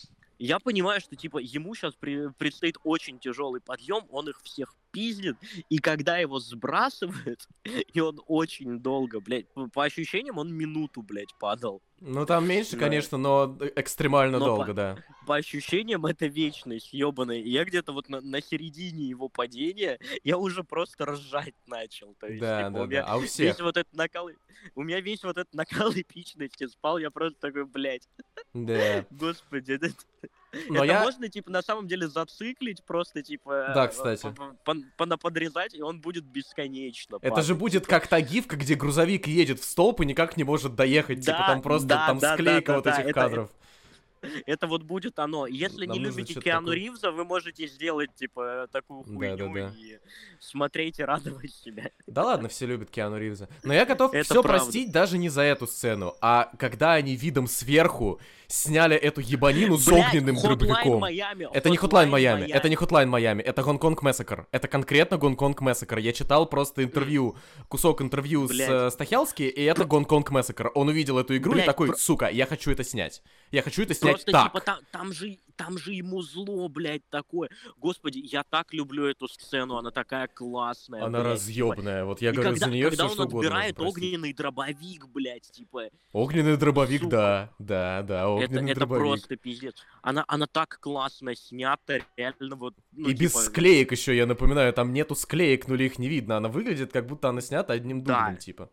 Я понимаю, что, типа, ему сейчас предстоит очень тяжелый подъем, он их всех пиздит, и когда его сбрасывают, и он очень долго, блядь, по, по ощущениям, он минуту, блядь, падал. Ну, там меньше, На- конечно, но экстремально Но долго, по, да. по ощущениям это вечность, ебаная. И я где-то вот на, на середине его падения, я уже просто ржать начал. То есть, Да, типа, у да, да. меня А у весь всех? вот этот накал, у меня весь вот этот накал эпичности спал, я просто такой, блядь, Да. господи, это, Но это я... можно, типа, на самом деле зациклить, просто, Да, типа, кстати. понаподрезать, и он будет бесконечно Это же падать, будет типа. как та гифка, где грузовик едет в столб и никак не может доехать. Типа, Да, там просто, да, там да, да, склейка да, вот да, этих это, это, кадров. это вот будет оно. Если не Нам нужно любите что-то Киану такое. Ривза, вы можете сделать, типа, такую Да, да, хуйню да. и смотреть и радовать себя. Да ладно, все любят Киану Ривза. Но я готов Это все правда. простить даже не за эту сцену, а когда они видом сверху сняли эту ебанину с Блядь, огненным Hotline дробовиком. Miami, Это не Hotline Hotline Miami, это Miami. не Hotline Miami, это Гонконг Massacre. Это конкретно Гонконг Massacre. Я читал просто интервью, кусок интервью с Блядь. э, Стахелски, и это Гонконг Massacre. Он увидел эту игру и Блядь, такой, про- сука, я хочу это снять. Я хочу это снять Просто, так. типа, там, там же, там же ему зло, блядь, такое. Господи, я так люблю эту сцену, она такая классная, Она блядь, типа. разъебная. Вот я И говорю, когда, за нее когда все он что угодно можно отбирает простить. огненный дробовик, блядь, типа, Огненный дробовик, сука. да, да, да, Это, огненный это дробовик. просто пиздец. Она, она так классно снята, реально вот, ну, И без типа, склеек еще, я напоминаю, там нету склеек, нули их не видно. Она выглядит, как будто она снята одним да. дублем, типа.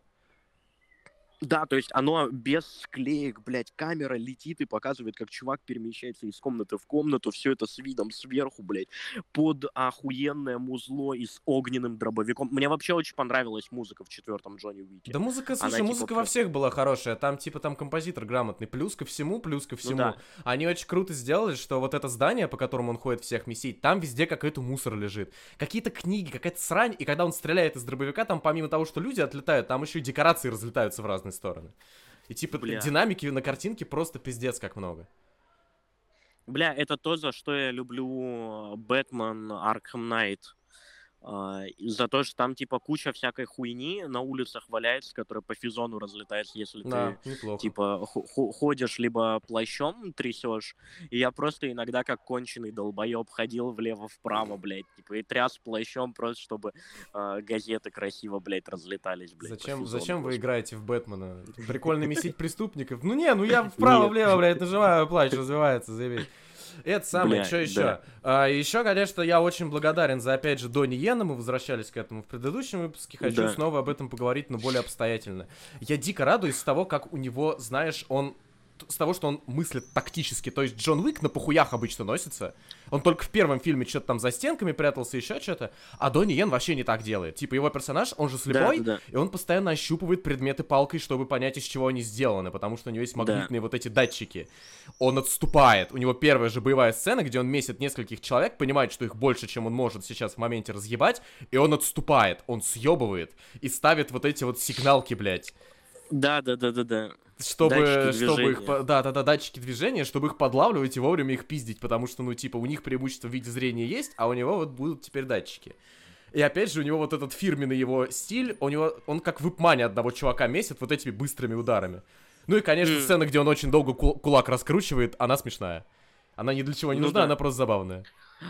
Да, то есть оно без склеек, блядь, камера летит и показывает, как чувак перемещается из комнаты в комнату, все это с видом сверху, блядь, под охуенное музло и с огненным дробовиком. Мне вообще очень понравилась музыка в четвертом Джонни Уике. Да музыка, слушай, Она, музыка типа, во прям- всех была хорошая. Там, типа, там композитор грамотный. Плюс ко всему, плюс ко всему. да. Они очень круто сделали, что вот это здание, по которому он ходит всех месить, там везде какой-то мусор лежит. Какие-то книги, какая-то срань. И когда он стреляет из дробовика, там помимо того, что люди отлетают, там еще и декорации разлетаются в разные стороны. И типа Бля. динамики на картинке просто пиздец как много. Бля, это то, за что я люблю Бэтмен Аркхэм Найт. А, и за то, что там, типа, куча всякой хуйни на улицах валяется, которая по физону разлетается, если Да, ты, неплохо. типа, хо- хо- ходишь, либо плащом трясешь. И я просто иногда, как конченый долбоеб, ходил влево-вправо, блядь, типа, и тряс плащом просто, чтобы а, газеты красиво, блядь, разлетались, блядь, по Зачем, физону, зачем вы господи. играете в Бэтмена? Прикольно месить преступников. Ну не, ну я вправо-влево, блядь, нажимаю, плащ развивается, заебись. Это самое, Бля, что еще? да. А, еще, конечно, я очень благодарен за, опять же, Донни Йена. Мы возвращались к этому в предыдущем выпуске. Хочу Да. снова об этом поговорить, но более обстоятельно. Я дико радуюсь с того, как у него, знаешь, он с того, что он мыслит тактически. То есть Джон Уик на похуях обычно носится. Он только в первом фильме что-то там за стенками прятался, еще что-то. А Донни Йен вообще не так делает. Типа его персонаж, он же слепой, да, да, да. и он постоянно ощупывает предметы палкой, чтобы понять, из чего они сделаны. Потому что у него есть магнитные да. вот эти датчики. Он отступает. У него первая же боевая сцена, где он месит нескольких человек, понимает, что их больше, чем он может сейчас в моменте разъебать, и он отступает. Он съебывает и ставит вот эти вот сигналки, блядь. Да, да, да, да, да. Чтобы, чтобы их, да, да, да, датчики движения, чтобы их подлавливать и вовремя их пиздить, потому что, ну, типа, у них преимущество в виде зрения есть, а у него вот будут теперь датчики. И опять же, у него вот этот фирменный его стиль, у него, он как в Ипмане одного чувака месит вот этими быстрыми ударами. Ну и, конечно, mm. сцена, где он очень долго кул- кулак раскручивает, она смешная. Она ни для чего не ну нужна, да. она просто забавная.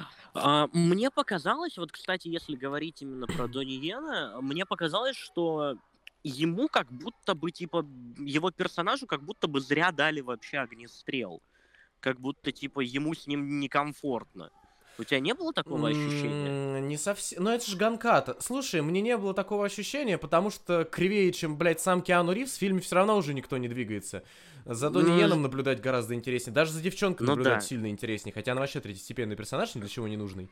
А, мне показалось, вот, кстати, если говорить именно про Донни Йена, мне показалось, что ему как будто бы, типа, его персонажу как будто бы зря дали вообще огнестрел. Как будто, типа, ему с ним некомфортно. У тебя не было такого ощущения? Не совсем. Ну, это же Ганката. Слушай, мне не было такого ощущения, потому что кривее, чем, блядь, сам Киану Ривз, в фильме все равно уже никто не двигается. За Донни mm. Йеном наблюдать гораздо интереснее. Даже за девчонкой ну, наблюдать да. сильно интереснее. Хотя она вообще третьестепенный персонаж, ни для чего не нужный.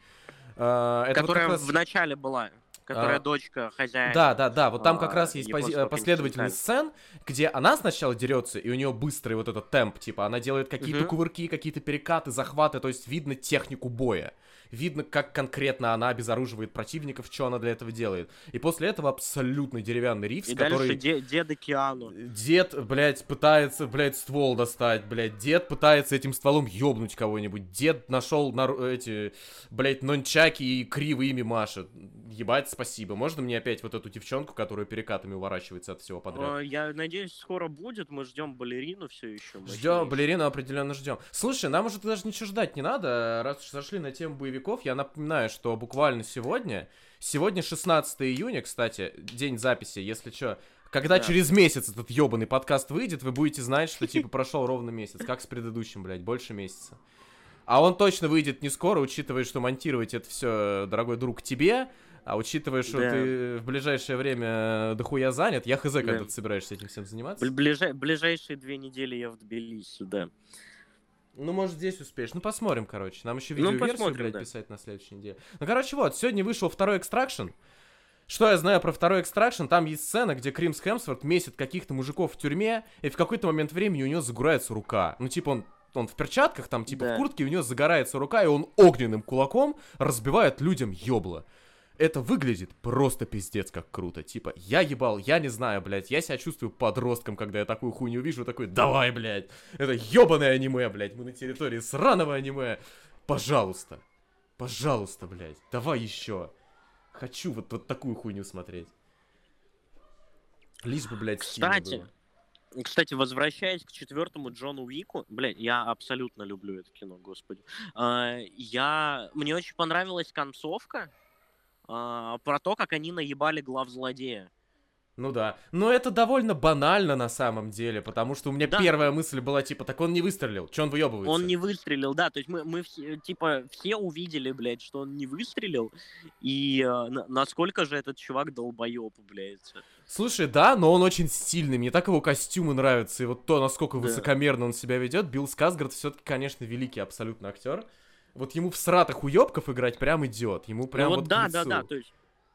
А, это Которая вот раз... в начале была. Которая а, дочка хозяина. Да, да, да. Вот там как раз есть пози- последовательность сцен, где она сначала дерется, и у нее быстрый вот этот темп. Типа, она делает какие-то uh-huh. кувырки, какие-то перекаты, захваты. То есть видно технику боя. Видно, как конкретно она обезоруживает противников, что она для этого делает. И после этого абсолютно деревянный Ривз, и который... И дальше де- деда Киану. Дед, блядь, пытается, блядь, ствол достать, блядь. Дед пытается этим стволом ёбнуть кого-нибудь. Дед нашел на... эти, блядь, нончаки и криво ими машет. Ебать, спасибо. Можно мне опять вот эту девчонку, которая перекатами уворачивается от всего подряд? Я надеюсь, скоро будет. Мы ждем балерину все еще. Ждем, балерину определенно ждем. Слушай, нам уже даже ничего ждать не надо. Раз уж зашли на тему боевиков, я напоминаю, что буквально сегодня, сегодня шестнадцатое июня, кстати, день записи, если что, когда да. через месяц этот ёбаный подкаст выйдет, вы будете знать, что типа прошел ровно месяц, как с предыдущим, блядь, больше месяца. А он точно выйдет не скоро, учитывая, что монтировать это все, дорогой друг, тебе, а учитывая, что да. ты в ближайшее время дохуя занят, я хз, когда да. ты собираешься этим всем заниматься. Ближай... Ближайшие две недели я в Тбилиси, да. Ну, может, здесь успеешь. Ну, посмотрим, короче. Нам еще видеоверсию, ну, блядь, да. писать на следующей неделе. Ну, короче, вот, сегодня вышел второй Extraction. Что я знаю про второй Extraction? Там есть сцена, где Кримс Хемсворт месит каких-то мужиков в тюрьме, и в какой-то момент времени у него загорается рука. Ну, типа, он, он в перчатках, там, типа, да. в куртке, и у него загорается рука, и он огненным кулаком разбивает людям ёбло. Это выглядит просто пиздец как круто. Типа, я ебал, я не знаю, блядь, я себя чувствую подростком, когда я такую хуйню вижу, такой, давай, блядь, это ёбаное аниме, блядь, мы на территории сраного аниме. Пожалуйста, пожалуйста, блядь, давай еще. Хочу вот, вот такую хуйню смотреть. Лишь бы, блядь, Кстати, Кстати, возвращаясь к четвертому Джону Уику, блядь, я абсолютно люблю это кино, господи. А, я... Мне очень понравилась концовка, Uh, про то, как они наебали главзлодея. Ну да. Но это довольно банально на самом деле, потому что у меня да. первая мысль была, типа, так он не выстрелил, чё он выебывается? Он не выстрелил, да, то есть мы, мы все, типа, все увидели, блядь, что он не выстрелил, и uh, на- насколько же этот чувак долбоёб, блядь. Слушай, да, но он очень стильный, мне так его костюмы нравятся, и вот то, насколько да. высокомерно он себя ведет. Билл Скарсгард все-таки, конечно, великий абсолютно актер. Вот ему в сратых уёбков играть прям идет. Ему прям ну, вот, вот да, да, да, то есть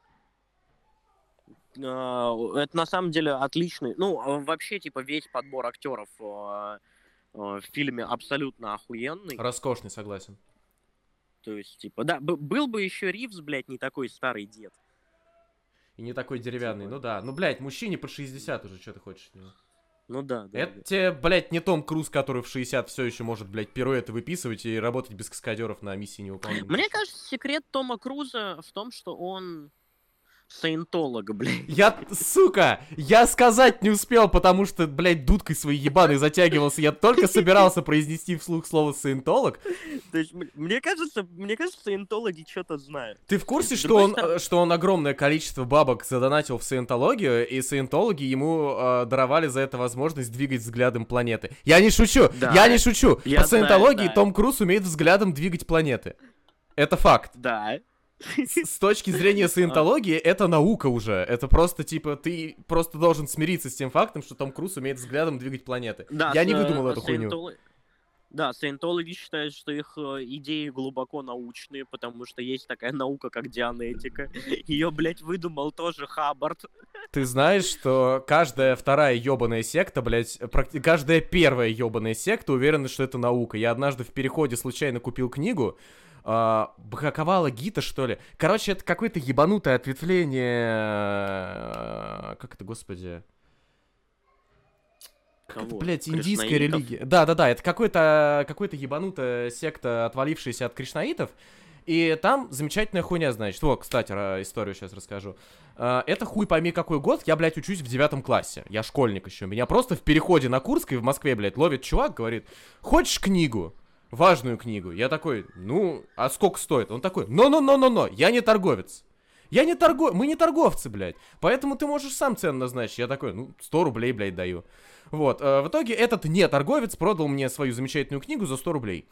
э, это на самом деле отличный. Ну, вообще, типа, весь подбор актеров э, э, в фильме абсолютно охуенный. Роскошный, согласен. То есть, типа, да, б- был бы еще Ривз, блядь, не такой старый дед. И не такой деревянный, типа... ну да. Ну, блядь, мужчине по шестьдесят уже, что ты хочешь от него? Ну да, да. Это да. тебе, блядь, не Том Круз, который в шестьдесят все еще может, блядь, пируэты выписывать и работать без каскадеров на миссии невыполнимой. Мне кажется, секрет Тома Круза в том, что он саентолог, блядь. Я, сука, я сказать не успел, потому что, блядь, дудкой своей ебаной затягивался. Я только собирался произнести вслух слово саентолог. То есть, мне кажется, мне кажется, саентологи что-то знают. Ты в курсе, что он, стороны... что он огромное количество бабок задонатил в саентологию, и саентологи ему э, даровали за это возможность двигать взглядом планеты? Я не шучу, да. я не шучу. Я По знаю, саентологии да. Том Круз умеет взглядом двигать планеты. Это факт. Да. С, с точки зрения саентологии, это наука уже. Это просто, типа, ты просто должен смириться с тем фактом, что Том Круз умеет взглядом двигать планеты. Да, Я не с- выдумал э, эту хуйню. саентоло- Да, саентологи считают, что их э, идеи глубоко научные, потому что есть такая наука, как дианетика. Ее, блядь, выдумал тоже Хаббард. Ты знаешь, что каждая вторая ёбаная секта, блядь, практи- каждая первая ёбаная секта уверена, что это наука. Я однажды в переходе случайно купил книгу, а, Бхакавала Гита, что ли. Короче, это какое-то ебанутое ответвление... э, Как это, господи? Как это, Кого? блядь, индийская Кришнаитов? религия. Да-да-да, это какой-то какой-то ебанутая секта, отвалившаяся от кришнаитов. И там замечательная хуйня, значит. Вот, кстати, ра- историю сейчас расскажу. А, Это хуй пойми какой год, я, блядь, учусь в девятом классе. Я школьник еще. Меня просто в переходе на Курской в Москве, блядь, ловит чувак, говорит, хочешь книгу? Важную книгу. Я такой, ну, а сколько стоит? Он такой, но-но-но-но-но, я не торговец. Я не торгов... Мы не торговцы, блядь. Поэтому ты можешь сам цену назначить. Я такой, ну, сто рублей, блядь, даю. Вот. э, В итоге этот не торговец продал мне свою замечательную книгу за сто рублей.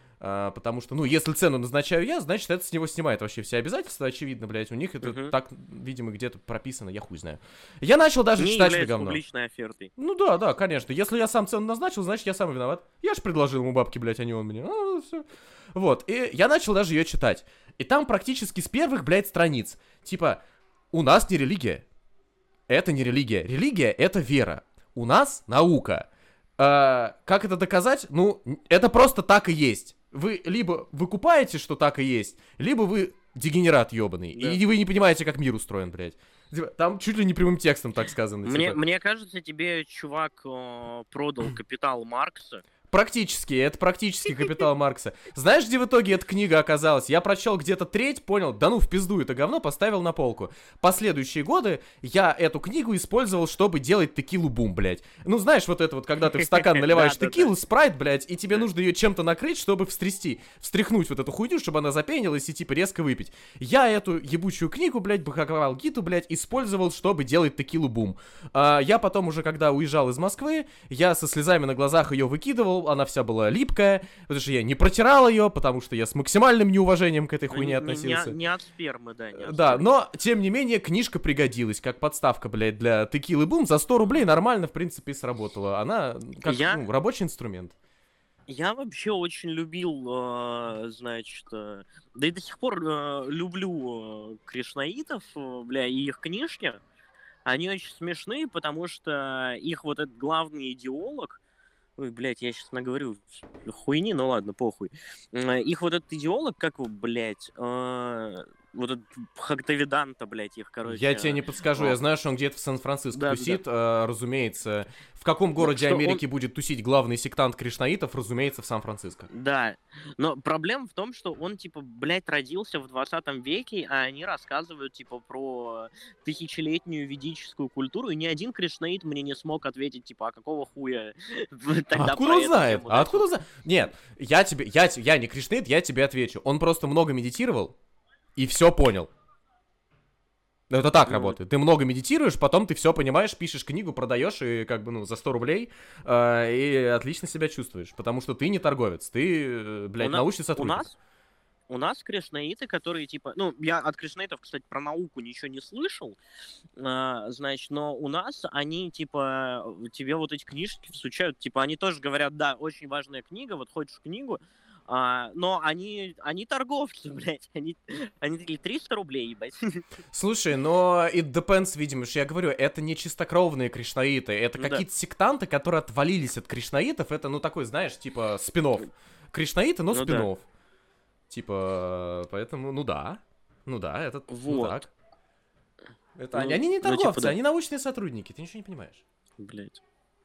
А, потому что, ну, если цену назначаю я, значит, это с него снимает вообще все обязательства, очевидно, блядь. У них это Мгм. так, видимо, где-то прописано, я хуй знаю. Я начал даже Не читать это является говно. публичной офертой. Ну да, да, конечно. Если я сам цену назначил, значит, я сам виноват. Я же предложил ему бабки, блядь, а не он мне. А, все. Вот. И я начал даже ее читать. И там практически с первых, блядь, страниц. Типа, у нас не религия. Это не религия. Религия — это вера. У нас наука. А, как это доказать? Ну, н- это просто так и есть. Вы либо выкупаете, что так и есть, либо вы дегенерат ебаный. Да. И вы не понимаете, как мир устроен, блядь. Типа, там чуть ли не прямым текстом так сказано. Мне, типа. мне кажется, тебе чувак э, продал капитал Маркса. Практически, это практически капитал Маркса. Знаешь, где в итоге эта книга оказалась? Я прочел где-то треть, понял, да ну в пизду это говно, поставил на полку. Последующие годы я эту книгу использовал, чтобы делать текилу бум, блядь. Ну знаешь, вот это вот, когда ты в стакан наливаешь Да-да-да. текилу, спрайт, блядь, и тебе нужно ее чем-то накрыть, чтобы встрясти, встряхнуть вот эту хуйню, чтобы она запенилась и типа резко выпить. Я эту ебучую книгу, блядь, Бхакавал Гиту, блядь, использовал, чтобы делать текилу бум. А, я потом уже, когда уезжал из Москвы, я со слезами на глазах ее выкидывал, она вся была липкая, потому что я не протирал ее, потому что я с максимальным неуважением к этой Ну, хуйне не, не- относился. не- не от спермы, да. Не от Да, спермы. но, тем не менее, книжка пригодилась, как подставка, блядь, для текилы бум. За сто рублей нормально, в принципе, сработала. Она как Я- ну, рабочий инструмент. Я вообще очень любил, э, значит, э, да и до сих пор э, люблю э, кришнаитов, э, бля, и их книжки. Они очень смешные, потому что их вот этот главный идеолог, ой, блядь, я сейчас наговорю хуйни, ну ладно, похуй. Э, Их вот этот идеолог, как его, блядь, э, вот этот Бхактивиданта, блядь, их, короче. Я тебе не подскажу, а. я знаю, что он где-то в Сан-Франциско Да, да, тусит, э, разумеется. В каком городе что Америки будет тусить главный сектант кришнаитов, разумеется, в Сан-Франциско. Да, но проблема в том, что он, типа, блядь, родился в двадцатом веке, а они рассказывают, типа, про тысячелетнюю ведическую культуру, и ни один кришнаит мне не смог ответить, типа, а какого хуя тогда А откуда про он эту знает? тему, А да? откуда он знает? Нет, я тебе, я, те- я не кришнаит, я тебе отвечу. Он просто много медитировал и все понял. Ну, это так Ну, работает. Ты много медитируешь, потом ты все понимаешь, пишешь книгу, продаешь и как бы, ну, за сто рублей, э, и отлично себя чувствуешь. Потому что ты не торговец, ты, э, блядь, У на- научный У сотрудник. нас, у нас кришнаиты, которые, типа, ну, я от кришнаитов, кстати, про науку ничего не слышал, а, значит, но у нас они, типа, тебе вот эти книжки всучают, типа, они тоже говорят, да, очень важная книга, вот хочешь книгу, а, но они, они торговцы, блядь, они, они такие, триста рублей, ебать. Слушай, но it depends, видимо, что я говорю, это не чистокровные кришнаиты, это Ну да. какие-то сектанты, которые отвалились от кришнаитов, это, ну, такой, знаешь, типа, спин-офф. Кришнаиты, но Ну да. спин-офф. Типа, поэтому, ну да, ну да, это, ну Вот. так. Это, Ну, они, они не ну, типа, торговцы, да. они научные сотрудники, ты ничего не понимаешь. Блядь.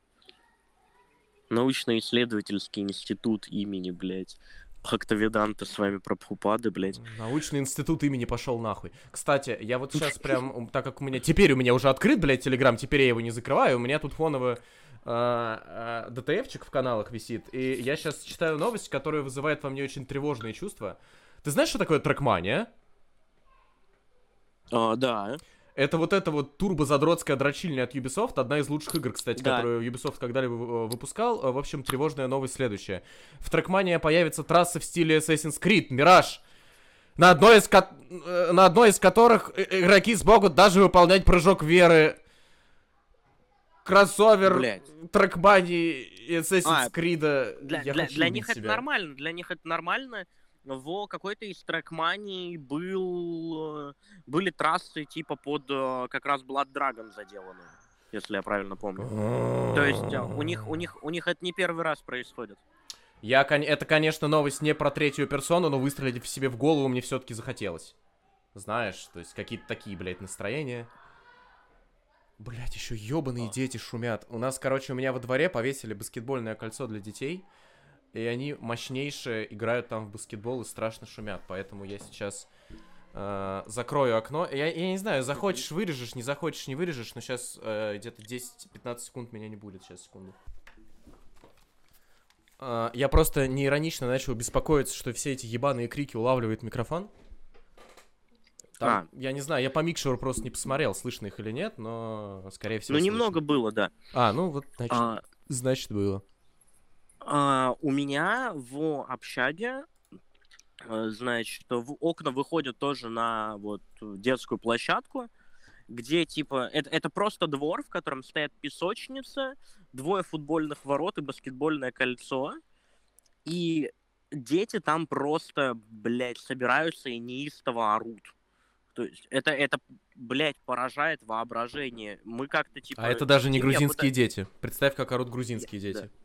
Научно-исследовательский институт имени, блядь, Бхактивиданта с вами Прабхупады, блядь. Научный институт имени пошел нахуй. Кстати, я вот сейчас прям, м, так как у меня, теперь у меня уже открыт, блядь, Телеграм, теперь я его не закрываю, у меня тут фоново а, а, ДТФчик в каналах висит, и я сейчас читаю новость, которая вызывает во мне очень тревожные чувства. Ты знаешь, что такое трекмания? А, да. Это вот эта вот турбозадротская дрочильня от Ubisoft, одна из лучших игр, кстати, Да. которую Ubisoft когда-либо э, выпускал. Э, В общем, тревожная новость следующая. В Trackmania появится трасса в стиле Assassin's Creed, Mirage. на одной из, ко... на одной из которых игроки смогут даже выполнять прыжок веры. Кроссовер, Блядь. Trackmania и Assassin's А, Creed. Для, Я для, хочу для убить них это себя. нормально, для них это нормально. В какой-то из трекманий был, э, были трассы типа под э, как раз Blood Dragon заделаны, если я правильно помню. То есть э, у них, у них, у них это не первый раз происходит. Я, кон- это, конечно, новость не про третью персону, но выстрелить в себе в голову мне все-таки захотелось. Знаешь, то есть какие-то такие, блядь, настроения. Блядь, еще ебаные дети шумят. У нас, короче, у меня во дворе повесили баскетбольное кольцо для детей. И они мощнейшие, играют там в баскетбол и страшно шумят. Поэтому я сейчас э, закрою окно. Я, я не знаю, захочешь вырежешь, не захочешь не вырежешь. Но сейчас э, где-то десять-пятнадцать секунд меня не будет. Сейчас, секунду. Э, я просто неиронично начал беспокоиться, что все эти ебаные крики улавливает микрофон. Там, А. Я не знаю, я по микшеру просто не посмотрел, слышно их или нет, но скорее всего Ну, слышно. немного было, да. А, ну вот, значит, А, значит было. а, у меня в общаге, э, значит, в окна выходят тоже на вот детскую площадку, где, типа, это, это просто двор, в котором стоят песочница, двое футбольных ворот и баскетбольное кольцо, и дети там просто, блядь, собираются и неистово орут. То есть это, это, блядь, поражает воображение. Мы как-то, типа... А это даже не сидим, я грузинские пыта- дети. Представь, как орут грузинские Я- дети.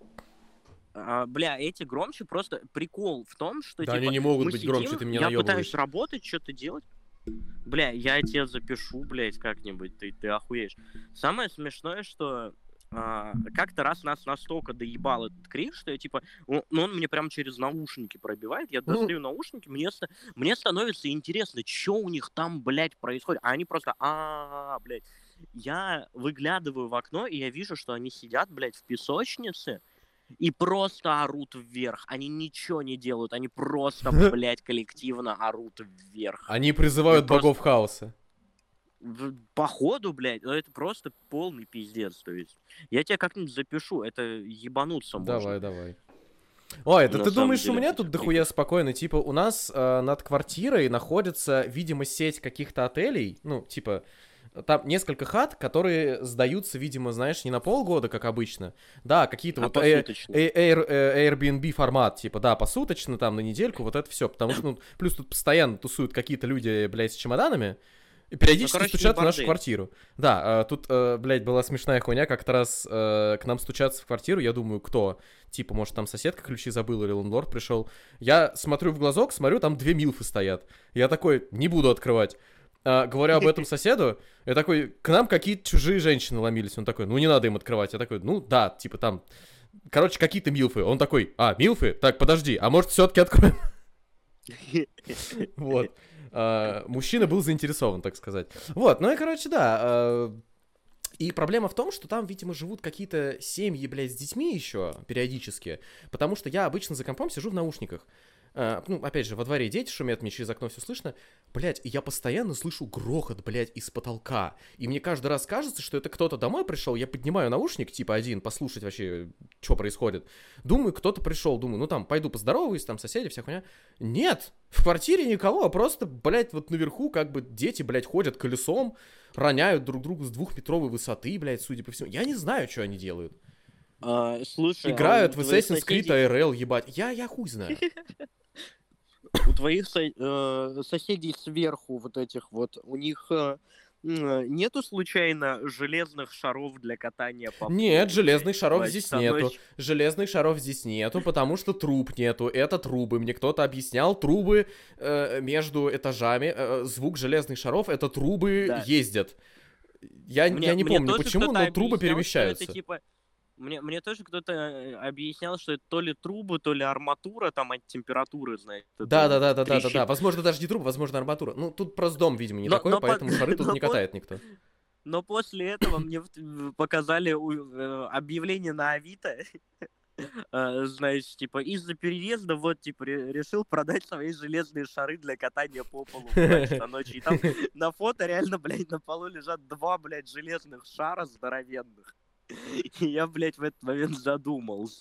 А, бля, эти громче, просто прикол в том, что, Да типа, они не могут мы быть сидим, громче, ты меня я наебываешь. пытаюсь работать, что-то делать. Бля, я тебе запишу, блядь, как-нибудь, ты, ты охуеешь. Самое смешное, что а, как-то раз нас настолько доебал этот крик, что я, типа, он, ну, он мне прям через наушники пробивает, я достаю наушники, мне, ста- мне становится интересно, что у них там, блядь, происходит. А они просто, а, блядь. Я выглядываю в окно, и я вижу, что они сидят, блядь, в песочнице, и просто орут вверх. Они ничего не делают, они просто, блядь, коллективно орут вверх. Они призывают Я просто- богов хаоса. В- Походу, блядь, ну это просто полный пиздец. То есть, я тебя как-нибудь запишу, это ебануться можно. Давай, давай. Ой, да На ты самом думаешь, деле, у меня это тут всё дохуя спокойно? Типа, у нас э, над квартирой находится, видимо, сеть каких-то отелей. Ну, типа, там несколько хат, которые сдаются, видимо, знаешь, не на полгода, как обычно. Да, какие-то А вот э- посуточно. э- Air- э, Airbnb формат, типа, да, посуточно, там, на недельку, вот это все. Потому что, ну, плюс тут постоянно тусуют какие-то люди, блядь, с чемоданами. И периодически Ну, короче, стучат в не нашу бордель. квартиру. Да, э, тут, э, блядь, была смешная хуйня, как-то раз э, к нам стучатся в квартиру, я думаю, кто? Типа, может, там соседка ключи забыла или лендлорд пришел. Я смотрю в глазок, смотрю, там две милфы стоят. Я такой, не буду открывать. А, говорю об этом соседу, я такой, к нам какие-то чужие женщины ломились. Он такой, ну не надо им открывать. Я такой, ну да, типа там, короче, какие-то милфы. Он такой, а, милфы? Так, подожди, а может все-таки откроем? Вот. А, мужчина был заинтересован, так сказать. Вот, ну и, короче, да. а, И проблема в том, что там, видимо, живут какие-то семьи, блядь, с детьми еще периодически. Потому что я обычно за компом сижу в наушниках. А, ну, опять же, во дворе дети шумят, мне через окно все слышно. Блядь, и я постоянно слышу грохот, блядь, из потолка. И мне каждый раз кажется, что это кто-то домой пришел. Я поднимаю наушник, типа один, послушать вообще, что происходит. Думаю, кто-то пришел. Думаю, ну там, пойду поздороваюсь, там соседи, вся хуйня. Нет, в квартире никого, а просто, блядь, вот наверху как бы дети, блядь, ходят колесом, роняют друг друга с двухметровой высоты, блядь, судя по всему. Я не знаю, что они делают. А, слушай, а Играют у в твоих Assassin's Creed соседей- эй ар эл, ебать. Я, я хуй знаю. у твоих со- э, соседей сверху вот этих вот, у них э, м, нету случайно железных шаров для катания по полу, Нет, железных блядь, шаров два здесь часа нету. ночи? Железных шаров здесь нету, потому что труб нету. Это трубы. Мне кто-то объяснял, трубы э, между этажами. э, звук железных шаров, это трубы Да. ездят. Я, Мне- я не мне помню тоже почему, кто-то но трубы объяснял, что перемещаются. это, типа, мне, мне тоже кто-то э, объяснял, что это то ли трубы, то ли арматура, там от температуры, знаете. Да, да, да, да, да, да, да. Возможно, даже не трубы, возможно, арматура. Ну, тут просто дом, видимо, не Но- такой, но по- поэтому шары тут но не по- катает никто. Но после этого мне в- показали у- э, объявление на Авито. Э, Знаешь, типа, из-за переезда, вот, типа, ре- решил продать свои железные шары для катания по полу в два часа ночи. И там на фото реально, блядь, на полу лежат два, блядь, железных шара здоровенных. И я, блядь, в этот момент задумался.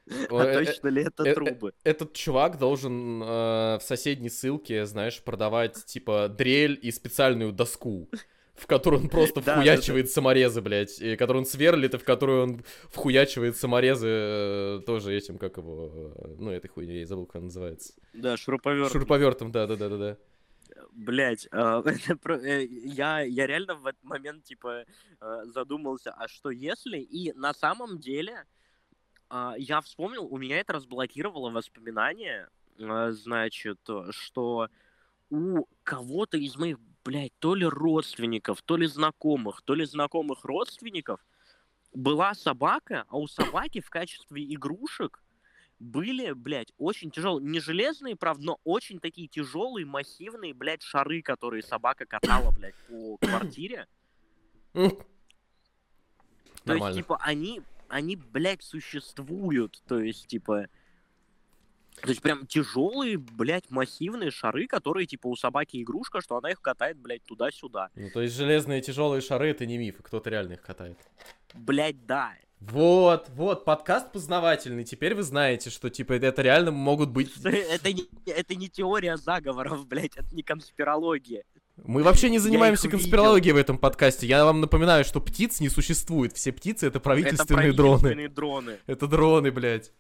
А точно ли это трубы? Этот чувак должен в соседней ссылке, знаешь, продавать, типа, дрель и специальную доску, в которую он просто вхуячивает саморезы, блядь, и которую он сверлит, и в которую он вхуячивает саморезы тоже этим, как его, ну, этой хуйней, я забыл, как она называется. Да, шуруповертом. Шуруповертом, да-да-да-да. Блять, я, я реально в этот момент, типа, задумался, а что если? И на самом деле, я вспомнил, у меня это разблокировало воспоминания, значит, что у кого-то из моих, блядь, то ли родственников, то ли знакомых, то ли знакомых родственников была собака, а у собаки в качестве игрушек были, блядь, очень тяжелые, не железные, правда, но очень такие тяжелые, массивные, блядь, шары, которые собака катала, блядь, по квартире. То есть, типа, они, они, блядь, существуют, то есть, типа... То есть прям тяжелые, блядь, массивные шары, которые, типа, у собаки игрушка, что она их катает, блядь, туда-сюда. Ну, то есть железные тяжелые шары — это не миф, и кто-то реально их катает. Блядь, да. Вот, вот, подкаст познавательный. Теперь вы знаете, что, типа, это реально могут быть... Это не, это не теория заговоров, блядь, это не конспирология. Мы вообще не занимаемся конспирологией в этом подкасте. Я вам напоминаю, что птиц не существует. Все птицы — это правительственные, это правительственные дроны. дроны. Это дроны, блядь.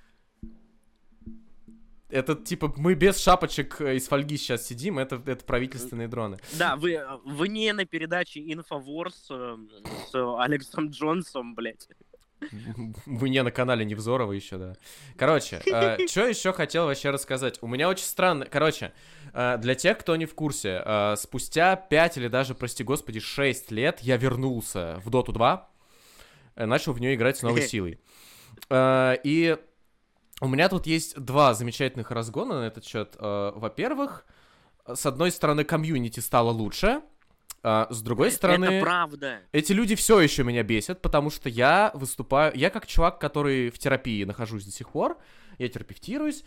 Это, типа, мы без шапочек из фольги сейчас сидим, это, это правительственные дроны. Да, вы, вы не на передаче Инфоворс э, с Алексом Джонсом, блядь. Вы не на канале Невзорова еще, да. Короче, э, что еще хотел вообще рассказать? У меня очень странно... Короче, э, для тех, кто не в курсе, э, спустя пять или даже, прости господи, шесть лет я вернулся в Доту два, э, начал в нее играть с новой силой. Э, и... У меня тут есть два замечательных разгона на этот счет. Во-первых, с одной стороны, комьюнити стало лучше, а с другой стороны... Это правда. Эти люди все еще меня бесят, потому что я выступаю... Я как чувак, который в терапии нахожусь до сих пор, я терапевтируюсь,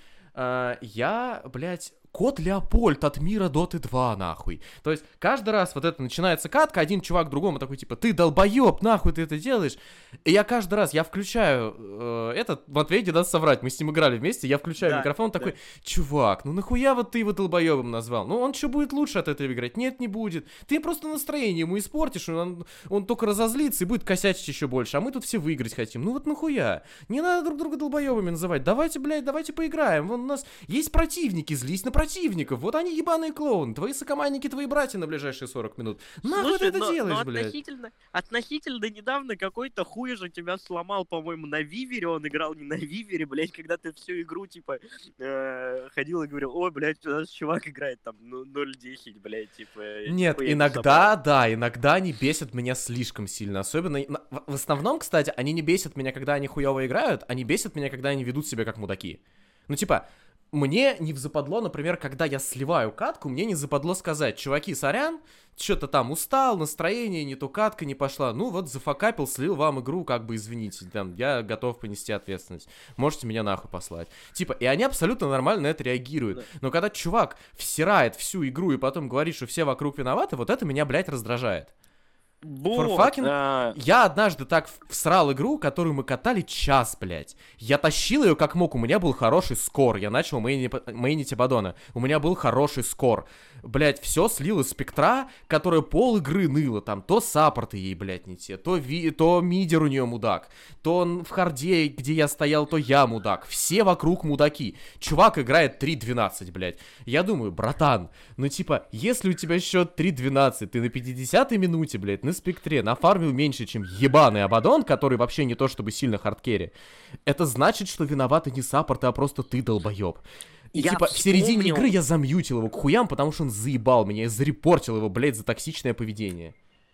я, блядь... Кот Леопольд от мира Доты два, нахуй. То есть, каждый раз вот это начинается катка, один чувак другому такой, типа, ты долбоеб, нахуй ты это делаешь. И я каждый раз, я включаю э, этот, Матвей не даст соврать, мы с ним играли вместе, я включаю да, микрофон, такой, да. Чувак, ну нахуя вот ты его долбоебом назвал? Ну он что, будет лучше от этого играть? Нет, не будет. Ты просто настроение ему испортишь, он, он только разозлится и будет косячить еще больше, а мы тут все выиграть хотим. Ну вот нахуя? Не надо друг друга долбоебами называть. Давайте, блядь, давайте поиграем. Вон у нас есть противники, злись на противников, вот они ебаные клоуны, твои сокомандники, твои братья на ближайшие сорок минут. Нахуй ты это но, делаешь, но блядь? Относительно, относительно недавно какой-то хуй же тебя сломал, по-моему, на Вивере, он играл не на Вивере, блядь, когда ты всю игру, типа, э, ходил и говорил, ой, блядь, у нас чувак играет там ноль десять, блядь, типа... Нет, типа, иногда, да, иногда они бесят меня слишком сильно, особенно... В основном, кстати, они не бесят меня, когда они хуёво играют, они бесят меня, когда они ведут себя как мудаки. Ну, типа... Мне не взападло, например, когда я сливаю катку, мне не западло сказать, чуваки, сорян, что-то там устал, настроение, не то катка не пошла, ну вот зафакапил, слил вам игру, как бы извините, там, я готов понести ответственность, можете меня нахуй послать. Типа, и они абсолютно нормально на это реагируют, но когда чувак всирает всю игру и потом говорит, что все вокруг виноваты, вот это меня, блядь, раздражает. Вот, fucking... а... Я однажды так всрал игру, которую мы катали час, блядь. Я тащил ее как мог, у меня был хороший скор. Я начал мейни... мейнить Абадона. У меня был хороший скор. Блядь, все слил из спектра, которая пол игры ныла. Там то саппорты ей, блядь, не те, то, ви... то мидер у нее мудак, то в харде, где я стоял, то я мудак. Все вокруг мудаки. Чувак играет три двенадцать, блядь. Я думаю, братан, ну типа, если у тебя счет три двенадцать, ты на пятидесятой минуте, блядь, на спектре нафармил меньше, чем ебаный Абадон, который вообще не то чтобы сильно хардкерри, это значит, что виноваты не саппорты, а просто ты долбоеб. И я типа вспомнил... в середине игры я замьютил его к хуям, потому что он заебал меня и зарепортил его, блядь, за токсичное поведение.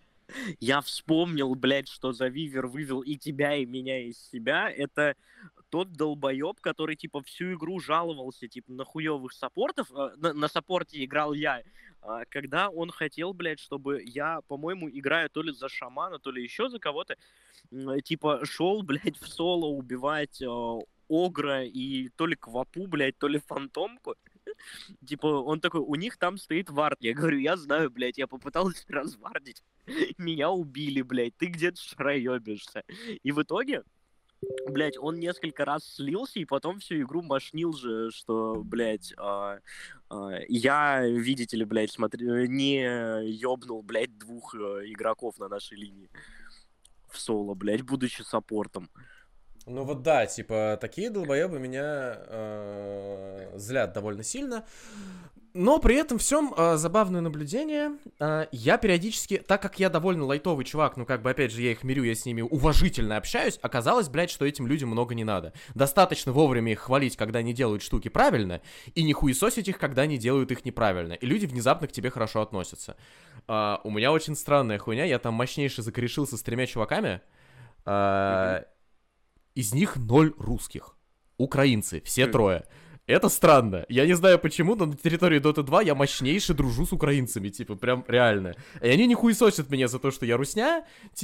Я вспомнил, блядь, что за Вивер вывел и тебя, и меня из себя. Это тот долбоеб, который, типа, всю игру жаловался, типа, на хуёвых саппортов. На, на саппорте играл я. Когда он хотел, блядь, чтобы я, по-моему, играю то ли за шамана, то ли еще за кого-то, типа, шел, блядь, в соло убивать Огра и то ли Квапу, блядь, то ли Фантомку. Типа, он такой, у них там стоит вард. Я говорю, я знаю, блядь, я попытался развардить. Меня убили, блядь, ты где-то шароебишься. И в итоге блядь, он несколько раз слился, и потом всю игру мошнил же, что, блядь, а, а, я, видите ли, блядь, смотри, не ёбнул, блядь, двух э, игроков на нашей линии в соло, блядь, будучи саппортом. Ну вот да, типа, такие долбоебы меня э, злят довольно сильно. Но при этом всем э, забавное наблюдение. Э, я периодически, так как я довольно лайтовый чувак, ну как бы опять же я их мирю, я с ними уважительно общаюсь, оказалось, блядь, что этим людям много не надо. Достаточно вовремя их хвалить, когда они делают штуки правильно, и не хуесосить их, когда они делают их неправильно. И люди внезапно к тебе хорошо относятся. Э, у меня очень странная хуйня, я там мощнейше закорешился с тремя чуваками. Э, Mm-hmm. Из них ноль русских. Украинцы, все трое. Это странно. Я не знаю почему, но на территории Дота два я мощнейше дружу с украинцами, типа, прям реально. И они не хуесосят меня за то, что я русня.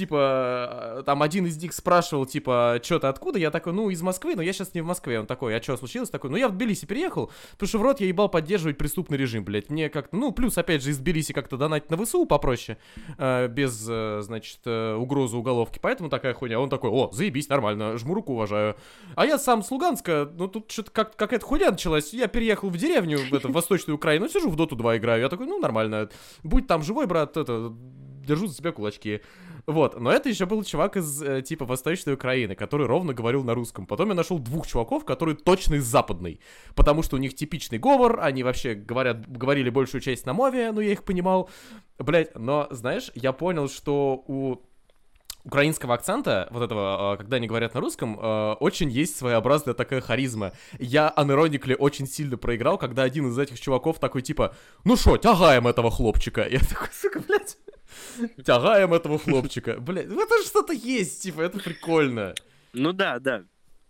Типа, там один из них спрашивал, типа, чё ты откуда? Я такой, ну, из Москвы, но я сейчас не в Москве. Он такой, а чё случилось? Такой, ну, я в Тбилиси переехал, потому что в рот я ебал поддерживать преступный режим, блядь. Мне как-то, ну, плюс, опять же, из Тбилиси как-то донатить на ВСУ попроще, э, без, э, значит, э, угрозы уголовки. Поэтому такая хуйня. Он такой, о, заебись, нормально, жму руку, уважаю. А я сам с Луганска, ну, тут что-то как- какая-то хуйня началась. Я переехал в деревню, в, это, в Восточную Украину, сижу в Доту два играю. Я такой, ну, нормально. Будь там живой, брат, это, держу за себя кулачки. Вот, но это еще был чувак из, э, типа, Восточной Украины, который ровно говорил на русском. Потом я нашел двух чуваков, которые точно из Западной, потому что у них типичный говор, они вообще говорят, говорили большую часть на мове, ну, я их понимал. Блять, но, знаешь, я понял, что у украинского акцента, вот этого, когда они говорят на русском, очень есть своеобразная такая харизма. Я анироникли очень сильно проиграл, когда один из этих чуваков такой, типа, ну шо, тягаем этого хлопчика. Я такой, сука, блядь, тягаем этого хлопчика. Блядь, в этом что-то есть, типа, это прикольно. Ну да, да.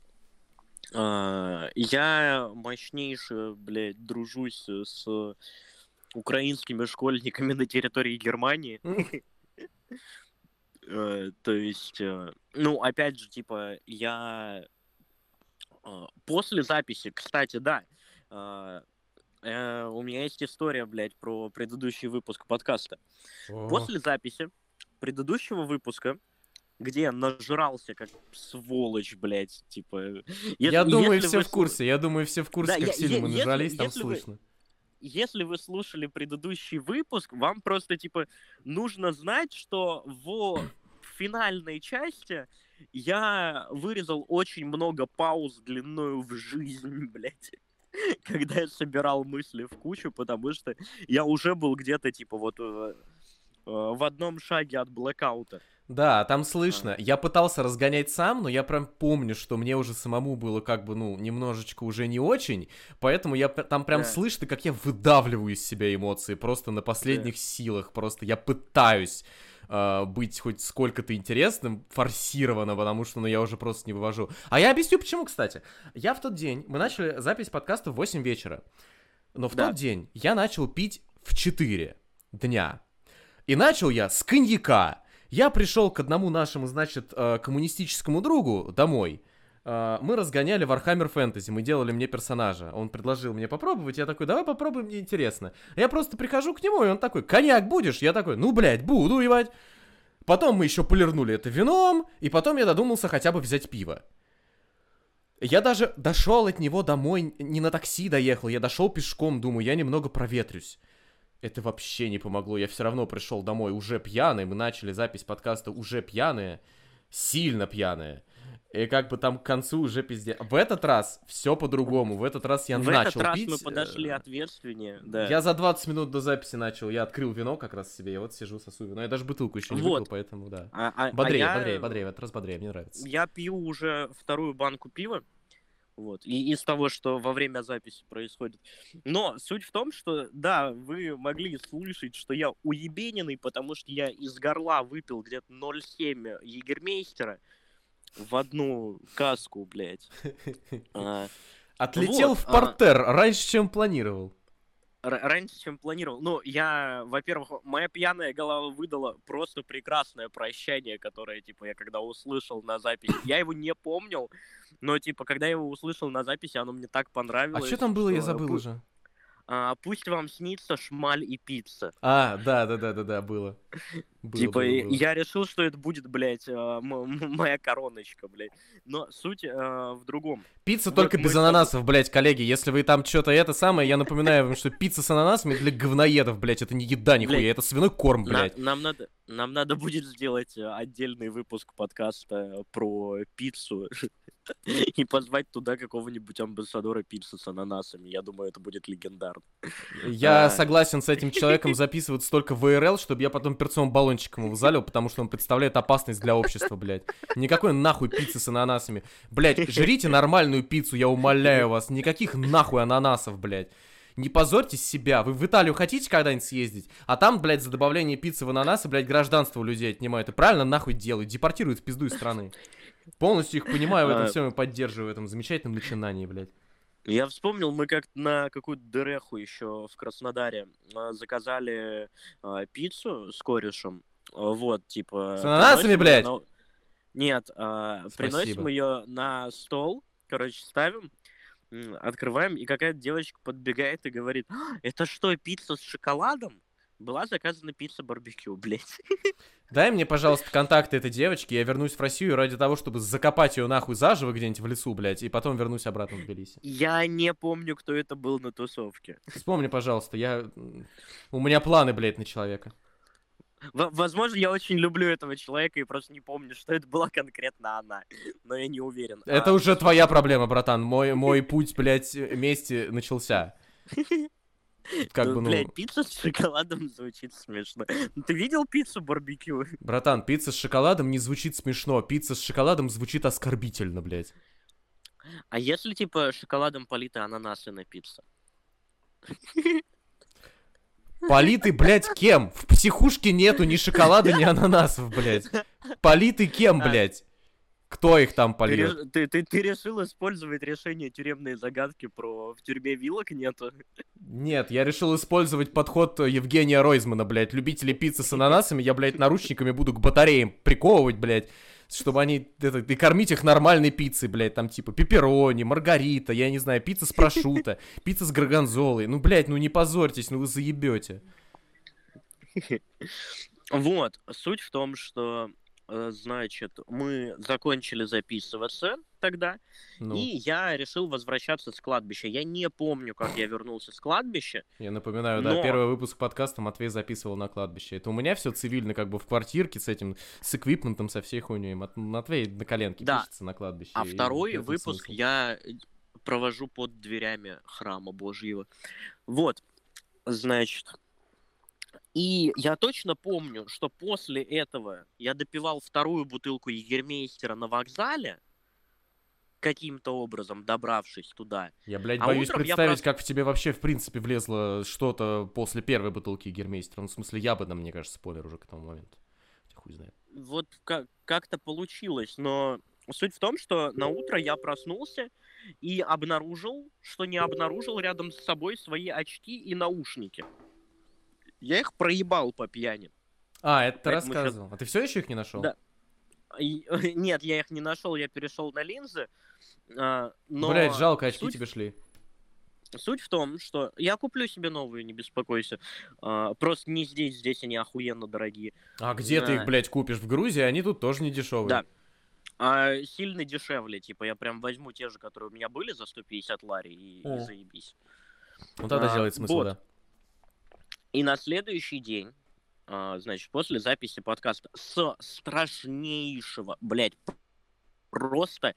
А, я мощнейше, блядь, дружусь с украинскими школьниками на территории Германии. То есть, ну, опять же, типа, я после записи, кстати, да, у меня есть история, блядь, про предыдущий выпуск подкаста. После записи предыдущего выпуска, где я нажрался как сволочь, блядь, типа... Я думаю, все в курсе, я думаю, все в курсе, как сильно мы нажрались, там слышно. Если вы слушали предыдущий выпуск, вам просто, типа, нужно знать, что в финальной части я вырезал очень много пауз длиною в жизнь, блядь, когда я собирал мысли в кучу, потому что я уже был где-то, типа, вот в одном шаге от блэкаута. Да, там слышно. А. Я пытался разгонять сам, но я прям помню, что мне уже самому было как бы, ну, немножечко уже не очень, поэтому я там прям да. слышно, как я выдавливаю из себя эмоции просто на последних да. силах, просто я пытаюсь э, быть хоть сколько-то интересным, форсированно, потому что, ну, я уже просто не вывожу. А я объясню, почему, кстати. Я в тот день, мы начали запись подкаста в восемь вечера, но в да. тот день я начал пить в четыре дня. И начал я с коньяка. Я пришел к одному нашему, значит, коммунистическому другу домой. Мы разгоняли Warhammer Fantasy, мы делали мне персонажа. Он предложил мне попробовать, я такой, давай попробуем, мне интересно. Я просто прихожу к нему, и он такой, коньяк будешь? Я такой, ну, блядь, буду, ебать. Потом мы еще полирнули это вином, и потом я додумался хотя бы взять пиво. Я даже дошел от него домой, не на такси доехал, я дошел пешком, думаю, я немного проветрюсь. Это вообще не помогло, я все равно пришел домой уже пьяный, мы начали запись подкаста уже пьяные, сильно пьяные. И как бы там к концу уже пиздец. В этот раз все по-другому, в этот раз я в начал этот раз пить. Мы подошли ответственнее, да. Я за двадцать минут до записи начал, я открыл вино как раз себе, я вот сижу, сосу вино. Я даже бутылку еще не вот. выпил, поэтому да. А, а, бодрее, а бодрее, я... бодрее, в этот раз бодрее, мне нравится. Я пью уже вторую банку пива. Вот. И из того, что во время записи происходит. Но суть в том, что, да, вы могли слышать, что я уебененный, потому что я из горла выпил где-то ноль целых семь егермейстера в одну каску, блядь. А, Отлетел вот, в портер а... раньше, чем планировал. Р- раньше, чем планировал. Ну, я, во-первых, моя пьяная голова выдала просто прекрасное прощание, которое, типа, я когда услышал на записи. Я его не помнил, но, типа, когда я его услышал на записи, оно мне так понравилось. А что там было, что... я забыл уже. а, пусть вам снится шмаль и пицца. А, да-да-да-да-да, было. Было, Типа, было, и- было. я решил, что это будет, блядь, а, м- м- моя короночка, блядь. Но суть а, в другом. Пицца Вот только мы без с тобой- ананасов, блядь, коллеги. Если вы там что-то это самое, я напоминаю вам, что пицца с ананасами для говноедов, блядь, это не еда нихуя, Блядь, это свиной корм, На- блядь. нам надо, нам надо будет сделать э, отдельный выпуск подкаста про пиццу и позвать туда какого-нибудь амбассадора пиццы с ананасами. Я думаю, это будет легендарно. Я А. согласен с этим человеком записывать столько вэ эр эл, чтобы я потом перцовым баллончиком его залил, потому что он представляет опасность для общества, блядь. Никакой нахуй пиццы с ананасами. Блядь, жрите нормальную пиццу, я умоляю вас. Никаких нахуй ананасов, блядь. Не позорьте себя. Вы в Италию хотите когда-нибудь съездить? А там, блядь, за добавление пиццы в ананасы, блядь, гражданство у людей отнимают. И правильно нахуй делают. Депортируют в пизду из страны. Полностью их понимаю в этом А. всем и поддерживаю в этом замечательном начинании, блядь. Я вспомнил, мы как на какую-то дыреху еще в Краснодаре а, заказали а, пиццу с корешем. А, Вот, типа... С ананасами, приносим её блядь? на- Нет, а, приносим Спасибо. ее на стол, короче, ставим, м, открываем, и какая-то девочка подбегает и говорит: «А, это что, пицца с шоколадом? Была заказана пицца барбекю, блядь. Дай мне, пожалуйста, контакты этой девочки, я вернусь в Россию ради того, чтобы закопать ее нахуй заживо где-нибудь в лесу, блядь, и потом вернусь обратно в Тбилиси. Я не помню, кто это был на тусовке. Вспомни, пожалуйста, я... м, У меня планы, блядь, на человека. В- возможно, я очень люблю этого человека и просто не помню, что это была конкретно она. Но я не уверен. Это А, уже твоя проблема, братан. Мой, мой путь, блядь, мести начался. Как ну, бы, ну... блядь, пицца с шоколадом звучит смешно. Ну, ты видел пиццу барбекю? Братан, пицца с шоколадом не звучит смешно. Пицца с шоколадом звучит оскорбительно, блядь. А если, типа, шоколадом политы ананасы на пицце? Политый, блядь, кем? В психушке нету ни шоколада, ни ананасов, блядь. Политый кем, А. блядь? Кто их там Ты, польет? реш- ты, ты, ты решил использовать решение тюремной загадки про «в тюрьме вилок нету»? Нет, я решил использовать подход Евгения Ройзмана, блядь. Любители пиццы с ананасами, я, блядь, наручниками буду к батареям приковывать, блядь, чтобы они, это, и кормить их нормальной пиццей, блядь, там, типа, пепперони, маргарита, я не знаю, пицца с прошутто, пицца с горгонзолой. Ну, блядь, ну не позорьтесь, ну вы заебете. Вот, суть в том, что, э, значит, мы закончили записываться тогда, Ну, и я решил возвращаться с кладбища. Я не помню, как я вернулся с кладбища, я напоминаю, да, но... первый выпуск подкаста Матвей записывал на кладбище. Это у меня все цивильно, как бы в квартирке с этим, с эквипментом, со всей хуйней. Мат- Матвей на коленке Да. пишется на кладбище. А и второй в этом выпуск смысл. я э, провожу под дверями храма Божьего. Вот, значит. И я точно помню, что после этого я допивал вторую бутылку егермейстера на вокзале, каким-то образом добравшись туда. Я, блядь, А боюсь утром я представить, прос- как в тебе вообще, в принципе, влезло что-то после первой бутылки Гермейстера. Ну, в смысле, я бы, да, мне кажется, спойлер уже к этому моменту. Хотя хуй знает. Вот как- как-то получилось, но суть в том, что на утро я проснулся и обнаружил, что не обнаружил рядом с собой свои очки и наушники. Я их проебал по пьяни. А, это ты Поэтому щас- рассказывал. А ты все еще их не нашел? Да. И- нет, я их не нашел, я перешел на линзы. а, Но Блядь, жалко, очки суть, тебе шли. суть в том, что я куплю себе новые, не беспокойся. А, просто не здесь, здесь они охуенно дорогие. А где ты их, Да. блядь, купишь? В Грузии? Они тут тоже не дешевые. Да. А сильно дешевле, типа я прям возьму те же, которые у меня были за сто пятьдесят лари и, и О. заебись. Ну тогда А, делает смысл, вот. да. И на следующий день, а, значит, после записи подкаста с страшнейшего, блядь, просто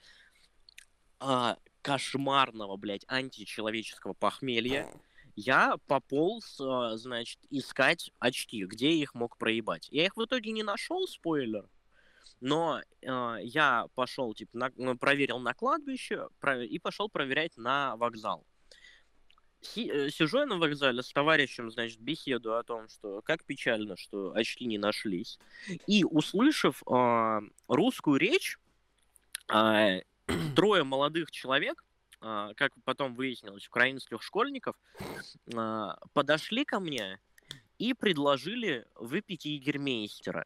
а, кошмарного, блядь, античеловеческого похмелья, я пополз, а, значит, искать очки, где я их мог проебать. Я их в итоге не нашел, спойлер, но а, я пошел, типа, на- ну, проверил на кладбище про- и пошел проверять на вокзал. Си- э, Сижу я на вокзале с товарищем, значит, беседую о том, что как печально, что очки не нашлись. И услышав а, русскую речь, а, трое молодых человек, а, как потом выяснилось, украинских школьников, а, подошли ко мне и предложили выпить егермейстера.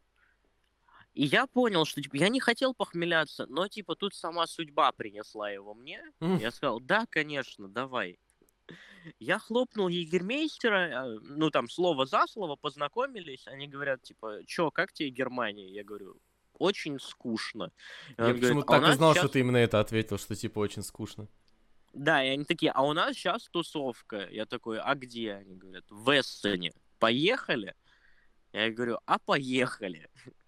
И я понял, что типа, я не хотел похмеляться, но типа тут сама судьба принесла его мне. М. Я сказал, да, конечно, давай. Я хлопнул егермейстера, э, ну, там, слово за слово, познакомились. Они говорят, типа, чё, как тебе Германия? Я говорю, очень скучно. И Я он говорит, почему-то а у так и нас знал, что сейчас... ты именно это ответил, что типа очень скучно. Да, и они такие, а у нас сейчас тусовка. Я такой, а где? Они говорят, в Эссене. Поехали? Я говорю, а поехали.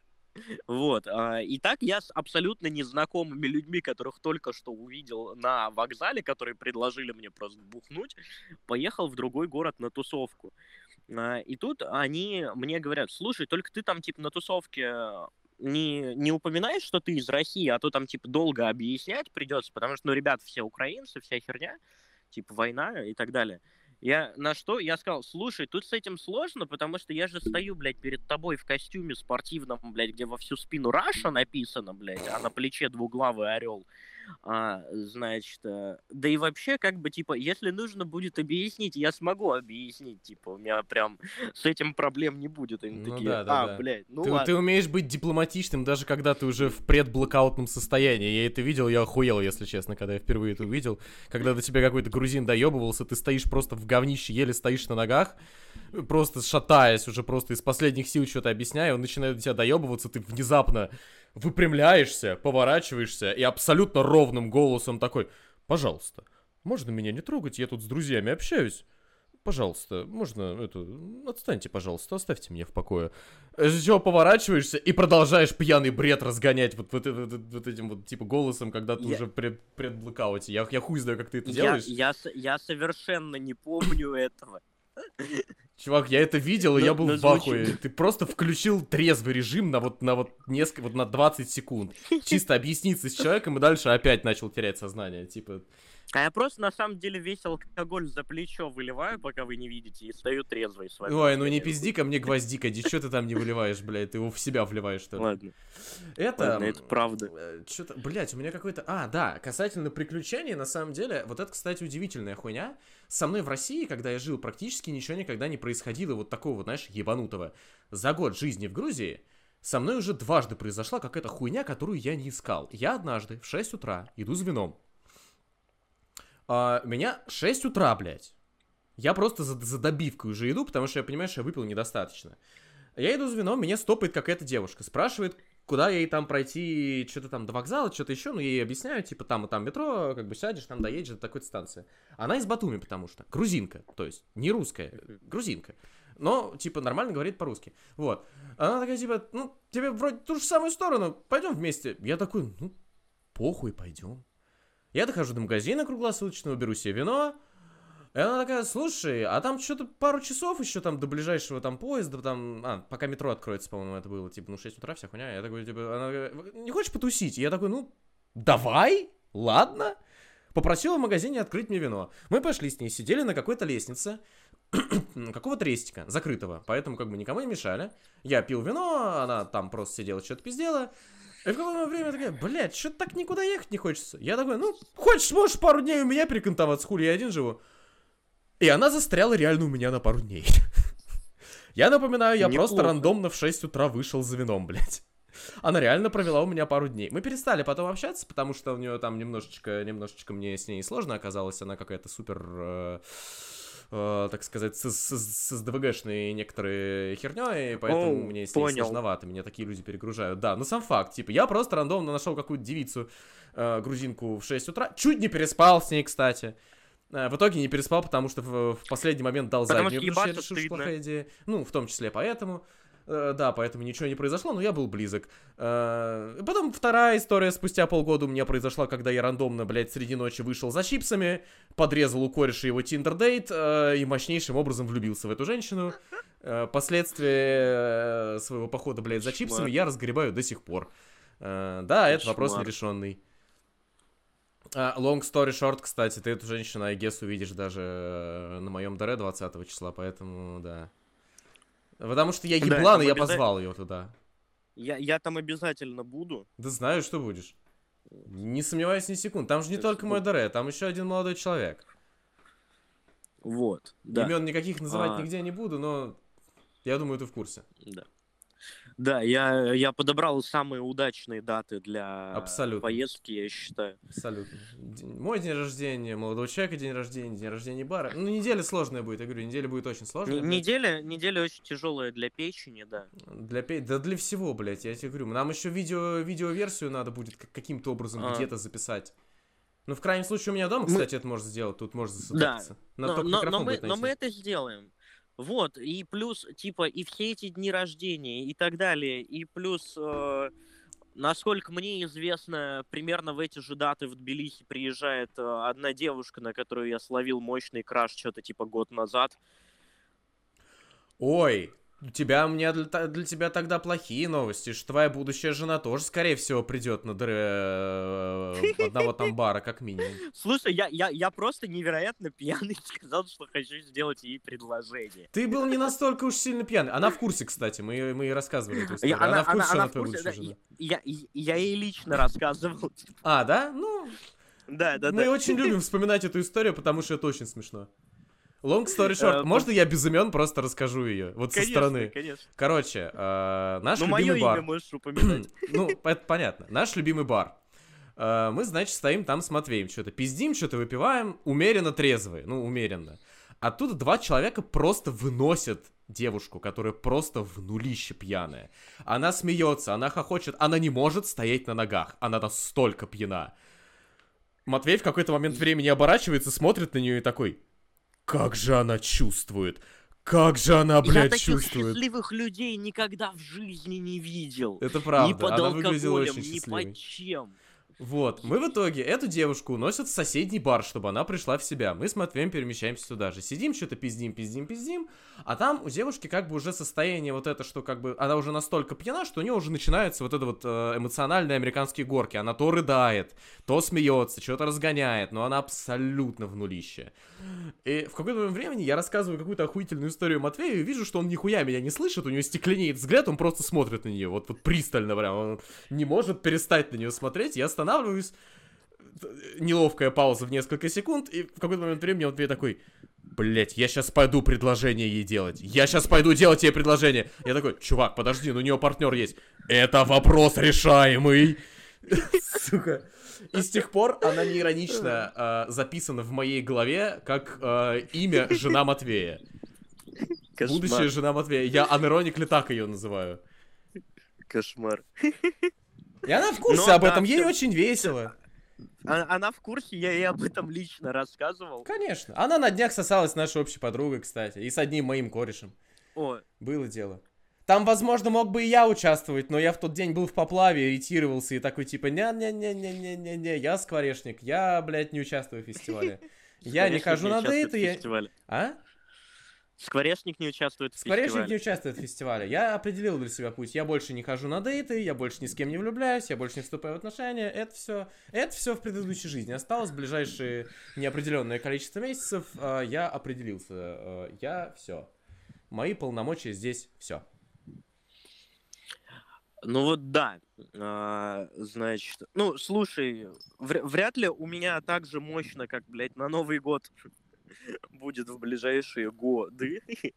Вот. а, И так я с абсолютно незнакомыми людьми, которых только что увидел на вокзале, которые предложили мне просто бухнуть, поехал в другой город на тусовку. А, И тут они мне говорят, слушай, только ты там типа на тусовке э, не, не упоминаешь, что ты из России, а то там типа долго объяснять придется, потому что, ну, ребят, все украинцы, вся херня, типа война и так далее. Я на что? Я сказал, слушай, тут с этим сложно, потому что я же стою, блядь, перед тобой в костюме спортивном, блядь, где во всю спину Раша написано, блядь, а на плече двуглавый орел. А, значит, э, да и вообще, как бы, типа, если нужно будет объяснить, я смогу объяснить, типа, у меня прям с этим проблем не будет. Они Ну такие, да, да, а, да. блядь, ну Ты, ты ладно. умеешь быть дипломатичным, даже когда ты уже в предблокаутном состоянии. Я это видел, я охуел, если честно, когда я впервые это увидел. Когда до тебя какой-то грузин доебывался, ты стоишь просто в говнище, еле стоишь на ногах, просто шатаясь, уже просто из последних сил что-то объясняя, он начинает до тебя доебываться, ты внезапно выпрямляешься, поворачиваешься и абсолютно ровным голосом такой: пожалуйста, можно меня не трогать, я тут с друзьями общаюсь. Пожалуйста, можно это... Отстаньте, пожалуйста, оставьте меня в покое. Из-за чего поворачиваешься и продолжаешь пьяный бред разгонять вот, вот, вот, вот, вот этим вот типа голосом, когда ты Я, уже пред, предблокауте. Я, я хуй знаю, как ты это я, делаешь. я, с- я совершенно не помню этого. Чувак, я это видел, и Но, я был но в ахуе. звучит... Ты просто включил трезвый режим на вот на вот несколько, вот на двадцать секунд. Чисто объясниться с человеком, и дальше опять начал терять сознание. Типа, А я просто, на самом деле, весь алкоголь за плечо выливаю, пока вы не видите, и стою трезвый с вами ой, ну не разгоняю пизди хуй. ко мне гвоздика, ди, что ты там не выливаешь, блядь, ты его в себя вливаешь только. Ладно, ладно, Это, это правда. что-то, блядь, у меня какой-то... А, да, касательно приключений, на самом деле, вот это, кстати, удивительная хуйня. Со мной в России, когда я жил, практически ничего никогда не происходило вот такого, вот, знаешь, ебанутого. За год жизни в Грузии со мной уже дважды произошла какая-то хуйня, которую я не искал. Я однажды в шесть утра иду с вином. А, меня шесть утра, блядь. Я просто за, за добивкой уже иду, потому что я понимаю, что я выпил недостаточно. Я иду с вином, меня стопает какая-то девушка, спрашивает, куда ей там пройти, что-то там до вокзала, что-то еще, ну, я ей объясняю, типа, там и там метро, как бы сядешь, там доедешь до такой станции. Она из Батуми, потому что, грузинка, то есть, не русская, грузинка, но, типа, нормально говорит по-русски, вот. Она такая, типа, ну, тебе вроде ту же самую сторону, пойдем вместе. Я такой, ну, похуй, пойдем. Я дохожу до магазина круглосуточного, беру себе вино. И она такая, слушай, а там что-то пару часов еще там до ближайшего там поезда, там, а, пока метро откроется, по-моему, это было, типа, ну, шесть утра, вся хуйня. Я такой, типа, она говорит, не хочешь потусить? И я такой, ну, давай, ладно. Попросила в магазине открыть мне вино. Мы пошли с ней, сидели на какой-то лестнице, какого-то рестика, закрытого, поэтому как бы никому не мешали. Я пил вино, она там просто сидела, что-то пиздела. И в какое-то время такая, блядь, что-то так никуда ехать не хочется. Я такой, ну, хочешь, можешь пару дней у меня перекантоваться, хули я один живу. И она застряла реально у меня на пару дней. Я напоминаю, я Неплохо. просто рандомно в шесть утра вышел за вином, блядь. Она реально провела у меня пару дней. Мы перестали потом общаться, потому что у нее там немножечко, немножечко мне с ней сложно оказалось. Она какая-то супер, э, э, так сказать, с, с, с ДВГшной некоторые херней, поэтому Оу, мне с ней понял. сложновато. Меня такие люди перегружают. Да, но сам факт, типа, я просто рандомно нашел какую-то девицу, э, грузинку в шесть утра. Чуть не переспал с ней, кстати. В итоге не переспал, потому что в, в последний момент дал Потому заднюю, что потому что я ебаться решил, что стыдно. плохая идея. Ну, в том числе поэтому. Э, да, поэтому ничего не произошло, но я был близок. Э, потом вторая история спустя полгода у меня произошла, когда я рандомно, блядь, среди ночи вышел за чипсами, подрезал у кореша его тиндер-дейт э, и мощнейшим образом влюбился в эту женщину. Э, последствия своего похода, блядь, за чипсами я разгребаю до сих пор. Э, да, это вопрос нерешенный. Uh, long story short, кстати, ты эту женщину, I guess, увидишь даже uh, на моем ДР двадцатого числа, поэтому, да. Потому что я еблан, Да, и я обяза... позвал ее туда. Я, я там обязательно буду. Да знаю, что будешь. Не сомневаюсь ни секунд. Там же не Так только что... мой ДР, там еще один молодой человек. Вот, да. Имен никаких называть а... нигде не буду, но я думаю, ты в курсе. Да. Да, я, я подобрал самые удачные даты для Абсолютно. поездки, я считаю. Абсолютно. День- Мой день рождения, молодого человека день рождения, день рождения бара. Ну, неделя сложная будет, я говорю, неделя будет очень Н- сложная, блядь. Неделя, неделя очень тяжелая для печени, да. Для пе- да для всего, блядь, я тебе говорю. Нам еще видео, видеоверсию надо будет как- каким-то образом А. где-то записать. Ну, в крайнем случае, у меня дома, Мы- кстати, это можно сделать, тут можно Да, засетапиться. Надо но, только но, микрофон но мы, будет но найти. мы это сделаем. Вот, и плюс, типа, и все эти дни рождения, и так далее, и плюс, э, насколько мне известно, примерно в эти же даты в Тбилиси приезжает э, одна девушка, на которую я словил мощный краш что-то типа год назад. Ой, у тебя, у меня для, та- для тебя тогда плохие новости, что твоя будущая жена тоже, скорее всего, придет на дыры э, одного там бара, как минимум. Слушай, я, я, я просто невероятно пьяный сказал, что хочу сделать ей предложение. Ты был не настолько уж сильно пьяный. Она в курсе, кстати, мы, мы ей рассказывали эту историю. Я- Она, в курсе, что она в твоя курсе, будущая да, жена. я, я, я ей лично рассказывал. А, да? Ну, Да, да, мы да. очень любим вспоминать эту историю, потому что это очень смешно. Long story short, Э, можно я без имен просто расскажу ее? Вот со Конечно, стороны. конечно. Короче, э, наш Ну, мое любимый бар. имя можешь упоминать. Ну, это понятно. Наш любимый бар. Э, Мы, значит, стоим там с Матвеем, что-то пиздим, что-то выпиваем, умеренно трезвые, ну, умеренно. Оттуда два человека просто выносят девушку, которая просто в нулище пьяная. Она смеется, она хохочет, она не может стоять на ногах, она настолько пьяна. Матвей в какой-то момент времени оборачивается, смотрит на нее и такой: как же она чувствует? Как же она, Я блядь, таких чувствует? счастливых людей никогда в жизни не видел. Это Ни правда, под она выглядела алкоголем, очень ни счастливой. под чем. Вот, мы в итоге эту девушку уносят в соседний бар, чтобы она пришла в себя. Мы с Матвеем перемещаемся туда же. Сидим, что-то пиздим, пиздим, пиздим. А там у девушки как бы уже состояние вот это, что как бы она уже настолько пьяна, что у нее уже начинаются вот это вот э, эмоциональные американские горки. Она то рыдает, то смеется, что-то разгоняет, но она абсолютно в нулище. И в какой-то момент времени я рассказываю какую-то охуительную историю Матвею и вижу, что он нихуя меня не слышит, у него стекленеет взгляд, он просто смотрит на нее, вот, вот пристально прям, он не может перестать на нее смотреть. Я останавливаюсь, неловкая пауза в несколько секунд, и в какой-то момент времени Матвей такой: блять, я сейчас пойду предложение ей делать. Я сейчас пойду делать ей предложение. Я такой: чувак, подожди, ну у нее партнер есть. Это вопрос решаемый. Сука. И с тех пор она неиронично э, записана в моей голове как э, имя жена Матвея. Кошмар. Будущая жена Матвея. Я анироникли так ее называю. Кошмар. И она в курсе Но об да, этом, ей всё- очень весело. А- Она в курсе, я ей об этом лично рассказывал. Конечно. Она на днях сосалась с нашей общей подругой, кстати, и с одним моим корешем. О, Было дело. Там, возможно, мог бы и я участвовать, но я в тот день был в поплаве, иритировался и такой типа: не-не-не-не-не-не-не, я скворечник, я, блядь, не участвую в фестивале. Я не Скворечник хожу на участвует дейты, в я... фестивале. А? Скворечник не участвует в Скворечник не фестивале. участвует в фестивале. Я определил для себя путь. Я больше не хожу на дейты, я больше ни с кем не влюбляюсь, я больше не вступаю в отношения. Это все, это все в предыдущей жизни. Осталось ближайшие неопределенное количество месяцев. а, Я определился. а, Я все. Мои полномочия здесь все. Ну вот да, А, значит, ну слушай, вря- вряд ли у меня так же мощно, как, блядь, на Новый год будет в ближайшие годы.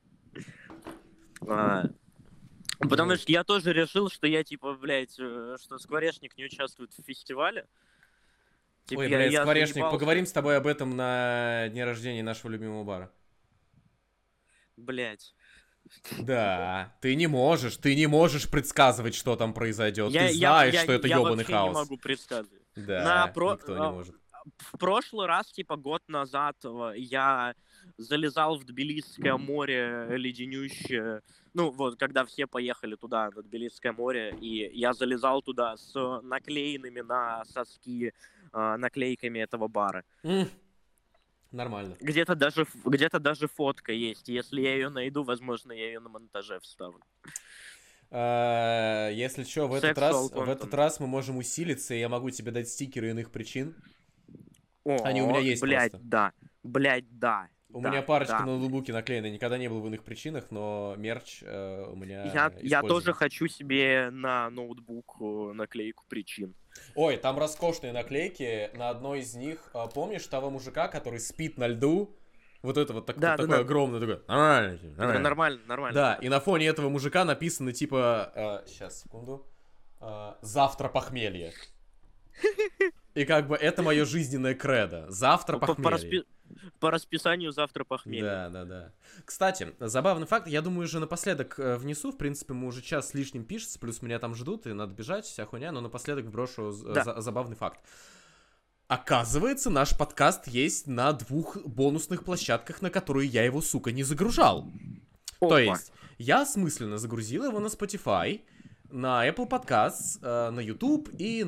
А, Потому Ну. что я тоже решил, что я, типа, блядь, э, что Скворечник не участвует в фестивале. Типа, Ой, я- блядь, я скворечник, заебался. поговорим с тобой об этом на дне рождения нашего любимого бара. Блядь. Да, ты не можешь, ты не можешь предсказывать, что там произойдет. Я- Ты я- знаешь, я- что это я ёбаный вообще хаос. не могу предсказывать. Да, На про- никто не а, может. В прошлый раз, типа, год назад э, я залезал в Тбилисское море леденющее. Ну, вот, когда все поехали туда, на Тбилисское море, и я залезал туда с наклеенными на соски э, наклейками этого бара. М, Нормально. Где-то даже, ф- где-то даже фотка есть. Если я ее найду, возможно, я ее на монтаже вставлю. А, Если что, в этот Sexual раз, в content. этот раз мы можем усилиться, и я могу тебе дать стикеры иных причин. О, Они у меня есть блядь, просто. да. Блядь, да. У да, меня парочка да. на ноутбуке наклеена, никогда не был в иных причинах, но мерч э, у меня Я, я тоже используется. хочу себе на ноутбук э, наклейку причин. Ой, там роскошные наклейки. На одной из них, а, помнишь того мужика, который спит на льду Вот это вот так, Да, да, такое да. огромное, такое, нормально, Это нормально. нормально, нормально. Да, и на фоне этого мужика написано типа, сейчас, секунду, э, завтра похмелье. И как бы это мое жизненное кредо. Завтра По, по, похмелье. распи- по расписанию завтра похмелье. Да, да, да. Кстати, забавный факт, я думаю, уже напоследок э, внесу, в принципе, мы уже час с лишним пишется, плюс меня там ждут, и надо бежать, вся хуйня, но напоследок вброшу з- Да. за- забавный факт. Оказывается, наш подкаст есть на двух бонусных площадках, на которые я его, сука, не загружал. Опа. То есть, я осмысленно загрузил его на Spotify, на Apple Podcasts, э, на YouTube и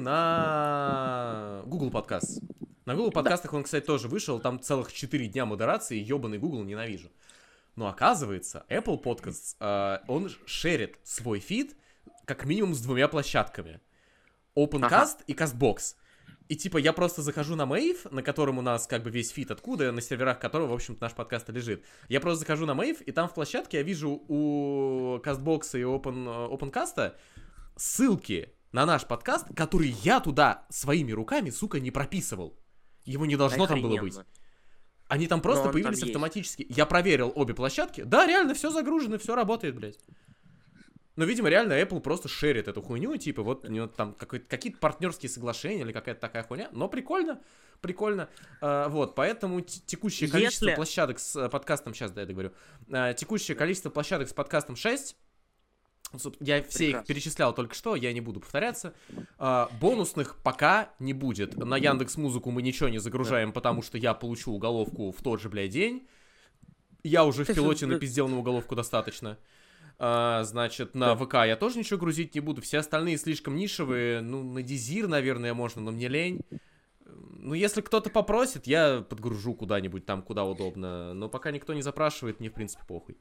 на Google Podcasts. На Google подкастах он, кстати, тоже вышел, там целых четыре дня модерации, ёбаный Google, ненавижу. Но оказывается, Apple Podcasts, э, он шерит свой фид как минимум с двумя площадками. OpenCast Ага. и CastBox. И типа я просто захожу на Mave, на котором у нас как бы весь фид откуда, на серверах которого, в общем-то, наш подкаст и лежит. Я просто захожу на Mave, и там в площадке я вижу у CastBox и Open, OpenCast ссылки на наш подкаст, который я туда своими руками, сука, не прописывал. Его не должно там было быть. Они там просто Но он появились там есть. автоматически. Я проверил обе площадки. Да, реально, все загружено, все работает, блядь. Но, видимо, реально Apple просто шерит эту хуйню, типа, вот у него там какой- какие-то партнерские соглашения или какая-то такая хуйня. Но прикольно, прикольно. А, вот, поэтому т- текущее количество Если- площадок с э, подкастом, сейчас, да, я договорю. А, текущее количество площадок с подкастом шесть. Соб- Я все их Прекрасно. перечислял только что, я не буду повторяться. А, бонусных пока не будет. На Яндекс.Музыку мы ничего не загружаем, потому что я получу уголовку в тот же, блядь, день. Я уже в Ты пилоте что, напиздел на уголовку достаточно. А, значит, на Да. ВК я тоже ничего грузить не буду. Все остальные слишком нишевые. Ну, на Дизир, наверное, можно, но мне лень. Ну, если кто-то попросит, я подгружу куда-нибудь там, куда удобно. Но пока никто не запрашивает, мне, в принципе, похуй.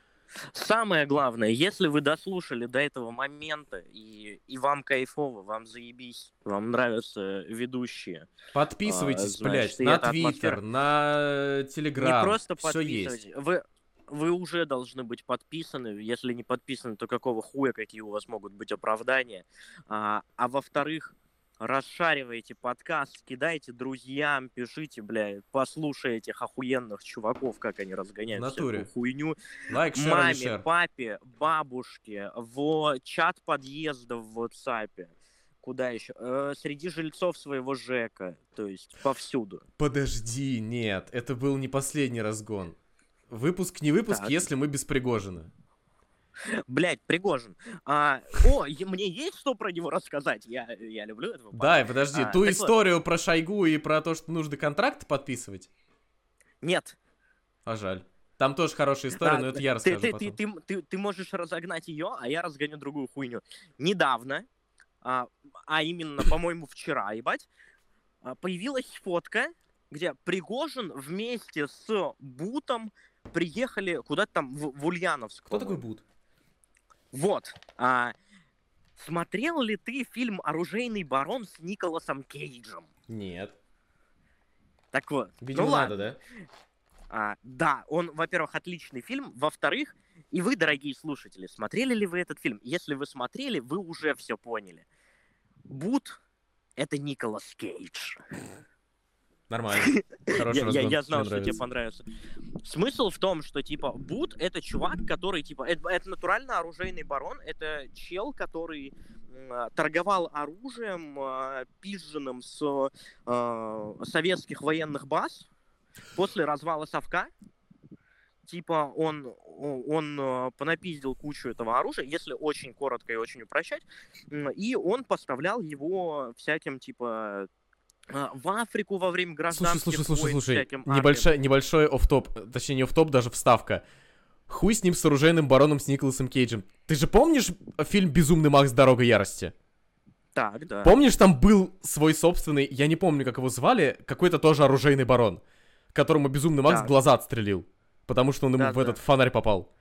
Самое главное, если вы дослушали до этого момента, и, и вам кайфово, вам заебись, вам нравятся ведущие, Подписывайтесь, А, блядь, значит, и на эта Твиттер, атмосфера- на Телеграм. не просто Все есть. подписывайтесь, вы, вы уже должны быть подписаны, если не подписаны, то какого хуя, какие у вас могут быть оправдания, а, а во-вторых, расшаривайте подкаст, кидайте друзьям, пишите, бля, послушай этих охуенных чуваков, как они разгоняют В натуре. всякую хуйню. Лайк, шер, Маме, или шер. папе, бабушке, в чат подъезда в WhatsApp. Куда еще? Э, среди жильцов своего ЖЭКа. То есть повсюду. Подожди, нет, это был не последний разгон. Выпуск не выпуск, Так. если мы без Пригожина. Блять, Пригожин. А, о, е- мне есть что про него рассказать. Я, я люблю этого парня. Да, и подожди, А, ту так вот. историю про Шойгу и про то, что нужно контракт подписывать? Нет. А жаль. Там тоже хорошая история, Да, но это я ты, расскажу ты, потом. ты, ты, ты, ты можешь разогнать ее, а я разгоню другую хуйню. Недавно, а, а именно, по-моему, вчера, ебать, а, появилась фотка, где Пригожин вместе с Бутом приехали куда-то там в, в Ульяновск. Кто такой по-моему. Бут? Вот. А, смотрел ли ты фильм «Оружейный барон» с Николасом Кейджем? Нет. Так вот. Видимо, ну надо, ладно. да? А, да, он, во-первых, отличный фильм. Во-вторых, и вы, дорогие слушатели, смотрели ли вы этот фильм? Если вы смотрели, вы уже все поняли. Бут — это Николас Кейдж. Нормально. Хороший Я, я- разгон. я знал, мне что тебе нравится. понравится. Смысл в том, что, типа, Бут — это чувак, который, типа, это, это натурально оружейный барон, это чел, который м, торговал оружием, э, пизженным с э, советских военных баз после развала Совка. Типа, он, он э, понапиздил кучу этого оружия, если очень коротко и очень упрощать, м, и он поставлял его всяким, типа, э, в Африку во время Слушай, гражданских слушай, слушай, войн, слушай. всяким армиям. Небольшой, небольшой офф-топ, точнее не офф-топ, даже вставка. Хуй с ним, с оружейным бароном, с Николасом Кейджем. Ты же помнишь фильм «Безумный Макс. Дорога ярости»? Так, да. Помнишь, там был свой собственный, я не помню, как его звали, какой-то тоже оружейный барон, которому Безумный Макс Так. глаза отстрелил, потому что он ему Да, в да. этот фонарь попал.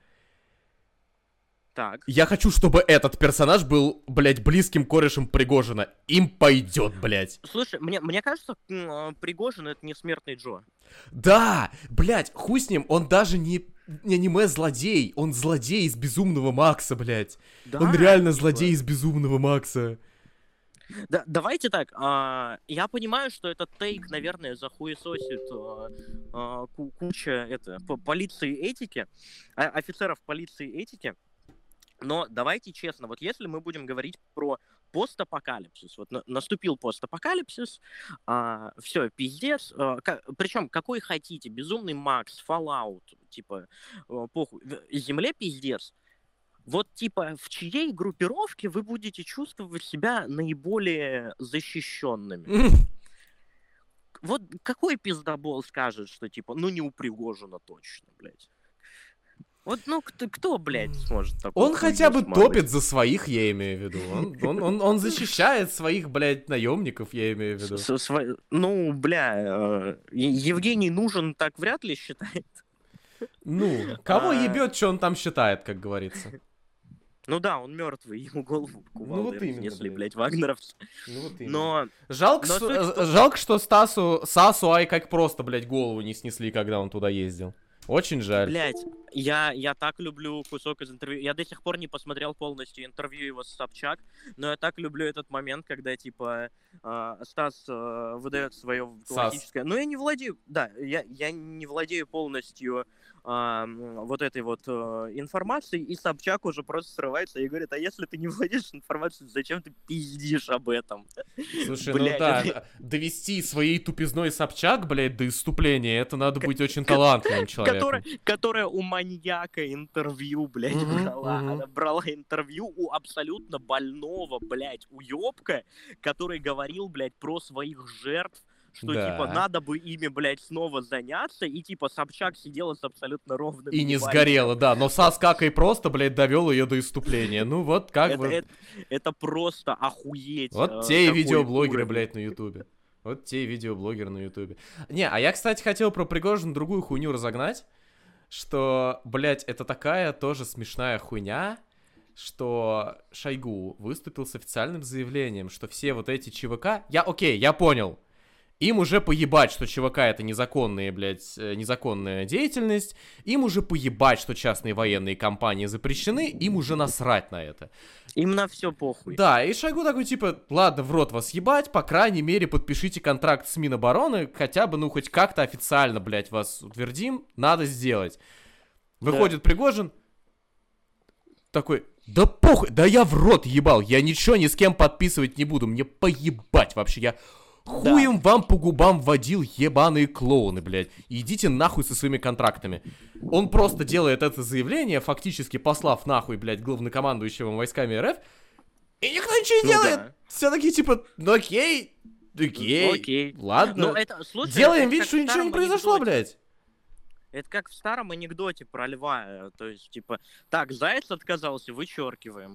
Так. Я хочу, чтобы этот персонаж был, блядь, близким корешем Пригожина. Им пойдет, блядь. Слушай, мне, мне кажется, м, э, Пригожин — это не смертный Джо. Да, блядь, хуй с ним, он даже не, не аниме-злодей, он злодей из Безумного Макса, блядь. Да, он реально типа. злодей из Безумного Макса. Да, давайте так, а, я понимаю, что этот тейк, наверное, захуесосит а, а, ку- куча это, по- полиции этики, а- офицеров полиции этики, но давайте честно, вот если мы будем говорить про постапокалипсис, вот на- наступил постапокалипсис, все, пиздец, а, ка- причем какой хотите, Безумный Макс, Fallout, типа, э, похуй, в- Земле пиздец, вот типа в чьей группировке вы будете чувствовать себя наиболее защищенными? Вот какой пиздобол скажет, что типа, ну не у Пригожина точно, блядь. Вот, ну, кто, кто, блядь, сможет такую Он хотя хуйню бы смолоть? топит за своих, я имею в виду. Он, он, он, он защищает своих, блядь, наемников, я имею в виду. С- сво- Ну, бля, э, Е- Евгений Нужен так вряд ли считает. Ну, кого А, ебет, что он там считает, как говорится. Ну да, он мертвый, ему голову Ну кувалдой вот именно, разнесли, блядь. блядь, вагнеровцы. Ну вот именно. Но, Жалко, но что, суть в э, том- жалко, что Стасу, Сасу Ай как просто, блядь, голову не снесли, когда он туда ездил. Очень жаль. блядь, я, я так люблю кусок из интервью. Я до сих пор не посмотрел полностью интервью его с Собчак, но я так люблю этот момент, когда, типа, э, Стас э, выдает свое классическое... Ну, я не владею... Да, я, я не владею полностью э, м, вот этой вот э, информацией, и Собчак уже просто срывается и говорит, а если ты не владеешь информацией, зачем ты пиздишь об этом? Слушай, Блядь, ну да, это- довести своей тупизной Собчак, блядь, до исступления, это надо быть очень талантливым человеком. Которая, которая у маньяка интервью, блядь, Мгм, брала. мгм. Она брала интервью у абсолютно больного, блядь, уёбка, который говорил, блядь, про своих жертв, что, Да. типа, надо бы ими, блядь, снова заняться, и, типа, Собчак сидела с абсолютно ровным И не ебальником. сгорела, да, но Сас как и просто, блядь, довел ее до исступления. Ну вот как Это, бы... это, это просто охуеть. Вот э, те и какой видеоблогеры, уровень. блядь, на ютубе. Вот те и видеоблогеры на ютубе. Не, а я, кстати, хотел про Пригожина другую хуйню разогнать, что, блядь, это такая тоже смешная хуйня, что Шойгу выступил с официальным заявлением, что все вот эти ЧВК... Я, окей, я понял. Им уже поебать, что ЧВК это незаконная, блядь, э, незаконная деятельность. Им уже поебать, что частные военные компании запрещены. Им уже насрать на это. Им на все похуй. Да, и Шойгу такой, типа, ладно, в рот вас ебать, по крайней мере, подпишите контракт с Минобороны, хотя бы, ну, хоть как-то официально, блядь, вас утвердим, надо сделать. Выходит Пригожин, такой, да похуй, да я в рот ебал, я ничего ни с кем подписывать не буду, мне поебать вообще, я хуем вам по губам водил, ебаные клоуны, блядь, идите нахуй со своими контрактами. Он просто делает это заявление, фактически послав нахуй, блядь, главнокомандующего войсками РФ, и никто ничего не Ну делает. да. Все такие, типа, ну окей, окей, Окей. ладно, Ну, это, слушай, делаем это вид, как что в ничего не старом произошло, анекдоте. блядь. Это как в старом анекдоте про льва. э, То есть, типа, так, заяц отказался, вычеркиваем.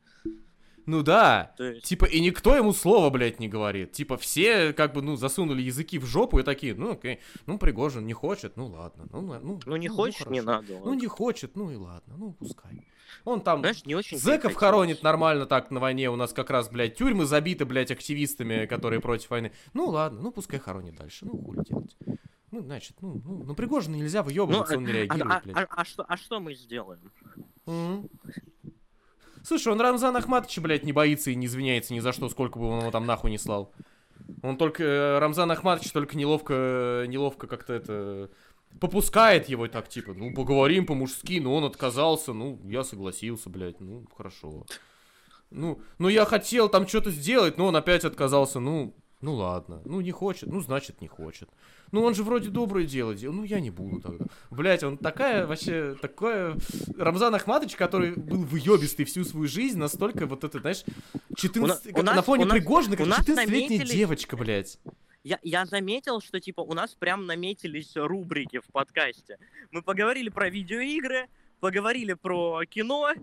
Ну да, То есть, типа, и никто ему слова, блядь, не говорит. Типа, все, как бы, ну, засунули языки в жопу и такие, ну, окей, ну, Пригожин не хочет, ну, ладно. Ну, на- ну, ну, не ну, хочешь, не хорошо. надо. Ну, ладно. не хочет, ну, и ладно, ну, пускай. Он там Знаешь, не очень зэков хотелось. хоронит нормально так на войне. У нас как раз, блядь, тюрьмы забиты, блядь, активистами, которые против войны. Ну, ладно, ну, пускай хоронит дальше. Ну, хули делать. Ну, значит, ну, ну, ну Пригожина нельзя выебываться, Ну, он не а, реагирует, а- блядь. а- а что, а что мы сделаем? Мгм. Слушай, он Рамзана Ахматовича, блядь, не боится и не извиняется ни за что, сколько бы он его там нахуй не слал. Он только, э, Рамзан Ахматович только неловко, неловко как-то это... Попускает его так, типа, ну, поговорим по-мужски, но он отказался, ну, я согласился, блядь, ну, хорошо. Ну, ну, я хотел там что-то сделать, но он опять отказался, ну, ну, ладно. Ну, не хочет, ну, значит, не хочет. Ну, он же вроде доброе дело делал, ну, я не буду тогда. Блядь, он такая, вообще, такое... Рамзан Ахматович, который был выебистый всю свою жизнь, настолько вот это, знаешь, четырнадцать... У на- у на фоне нас- у нас- Пригожина, как у нас четырнадцатилетняя наметились- девочка, блядь. Я, я заметил, что, типа, у нас прям наметились рубрики в подкасте. Мы поговорили про видеоигры, поговорили про кино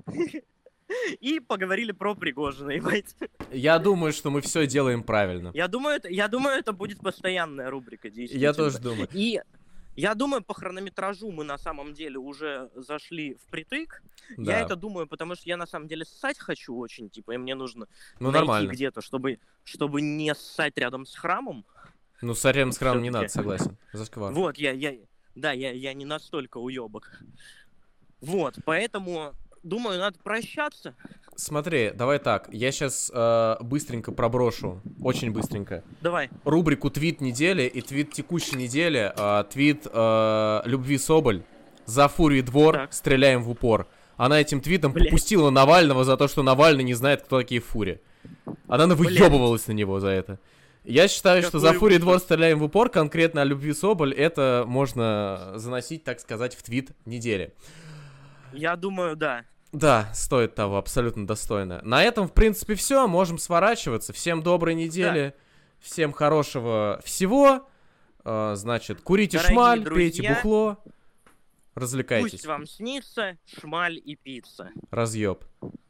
и поговорили про Пригожина, ебать. Я думаю, что мы все делаем правильно. Я думаю, это, я думаю, это будет постоянная рубрика, действительно. Я тоже думаю. И я думаю, по хронометражу мы на самом деле уже зашли впритык. Да. Я это думаю, потому что я на самом деле ссать хочу очень, типа, и мне нужно Ну, найти нормально. где-то, чтобы, чтобы не ссать рядом с храмом. Ну, с Арем с храмом не Всё-таки. надо, согласен. Зашквар. Вот, я, я, да, я, я не настолько уебок. Вот, поэтому думаю, надо прощаться. Смотри, давай так, я сейчас э, быстренько проброшу, очень быстренько. Давай. Рубрику «Твит недели» и твит текущей недели. Э, твит э, Любви Соболь. За Фурий двор, Так. стреляем в упор. Она этим твитом Блядь. попустила Навального за то, что Навальный не знает, кто такие Фури. Она навыебывалась на него за это. Я считаю, что за Какой Фурий ужас. двор, стреляем в упор, конкретно о Любви Соболь, это можно заносить, так сказать, в твит недели. Я думаю, да. Да, стоит того, абсолютно достойно. На этом, в принципе, все. Можем сворачиваться. Всем доброй недели. Всем хорошего всего. Э, значит, курите Дорогие шмаль, друзья, пейте бухло. Развлекайтесь. Пусть вам снится шмаль и пицца. Разъеб.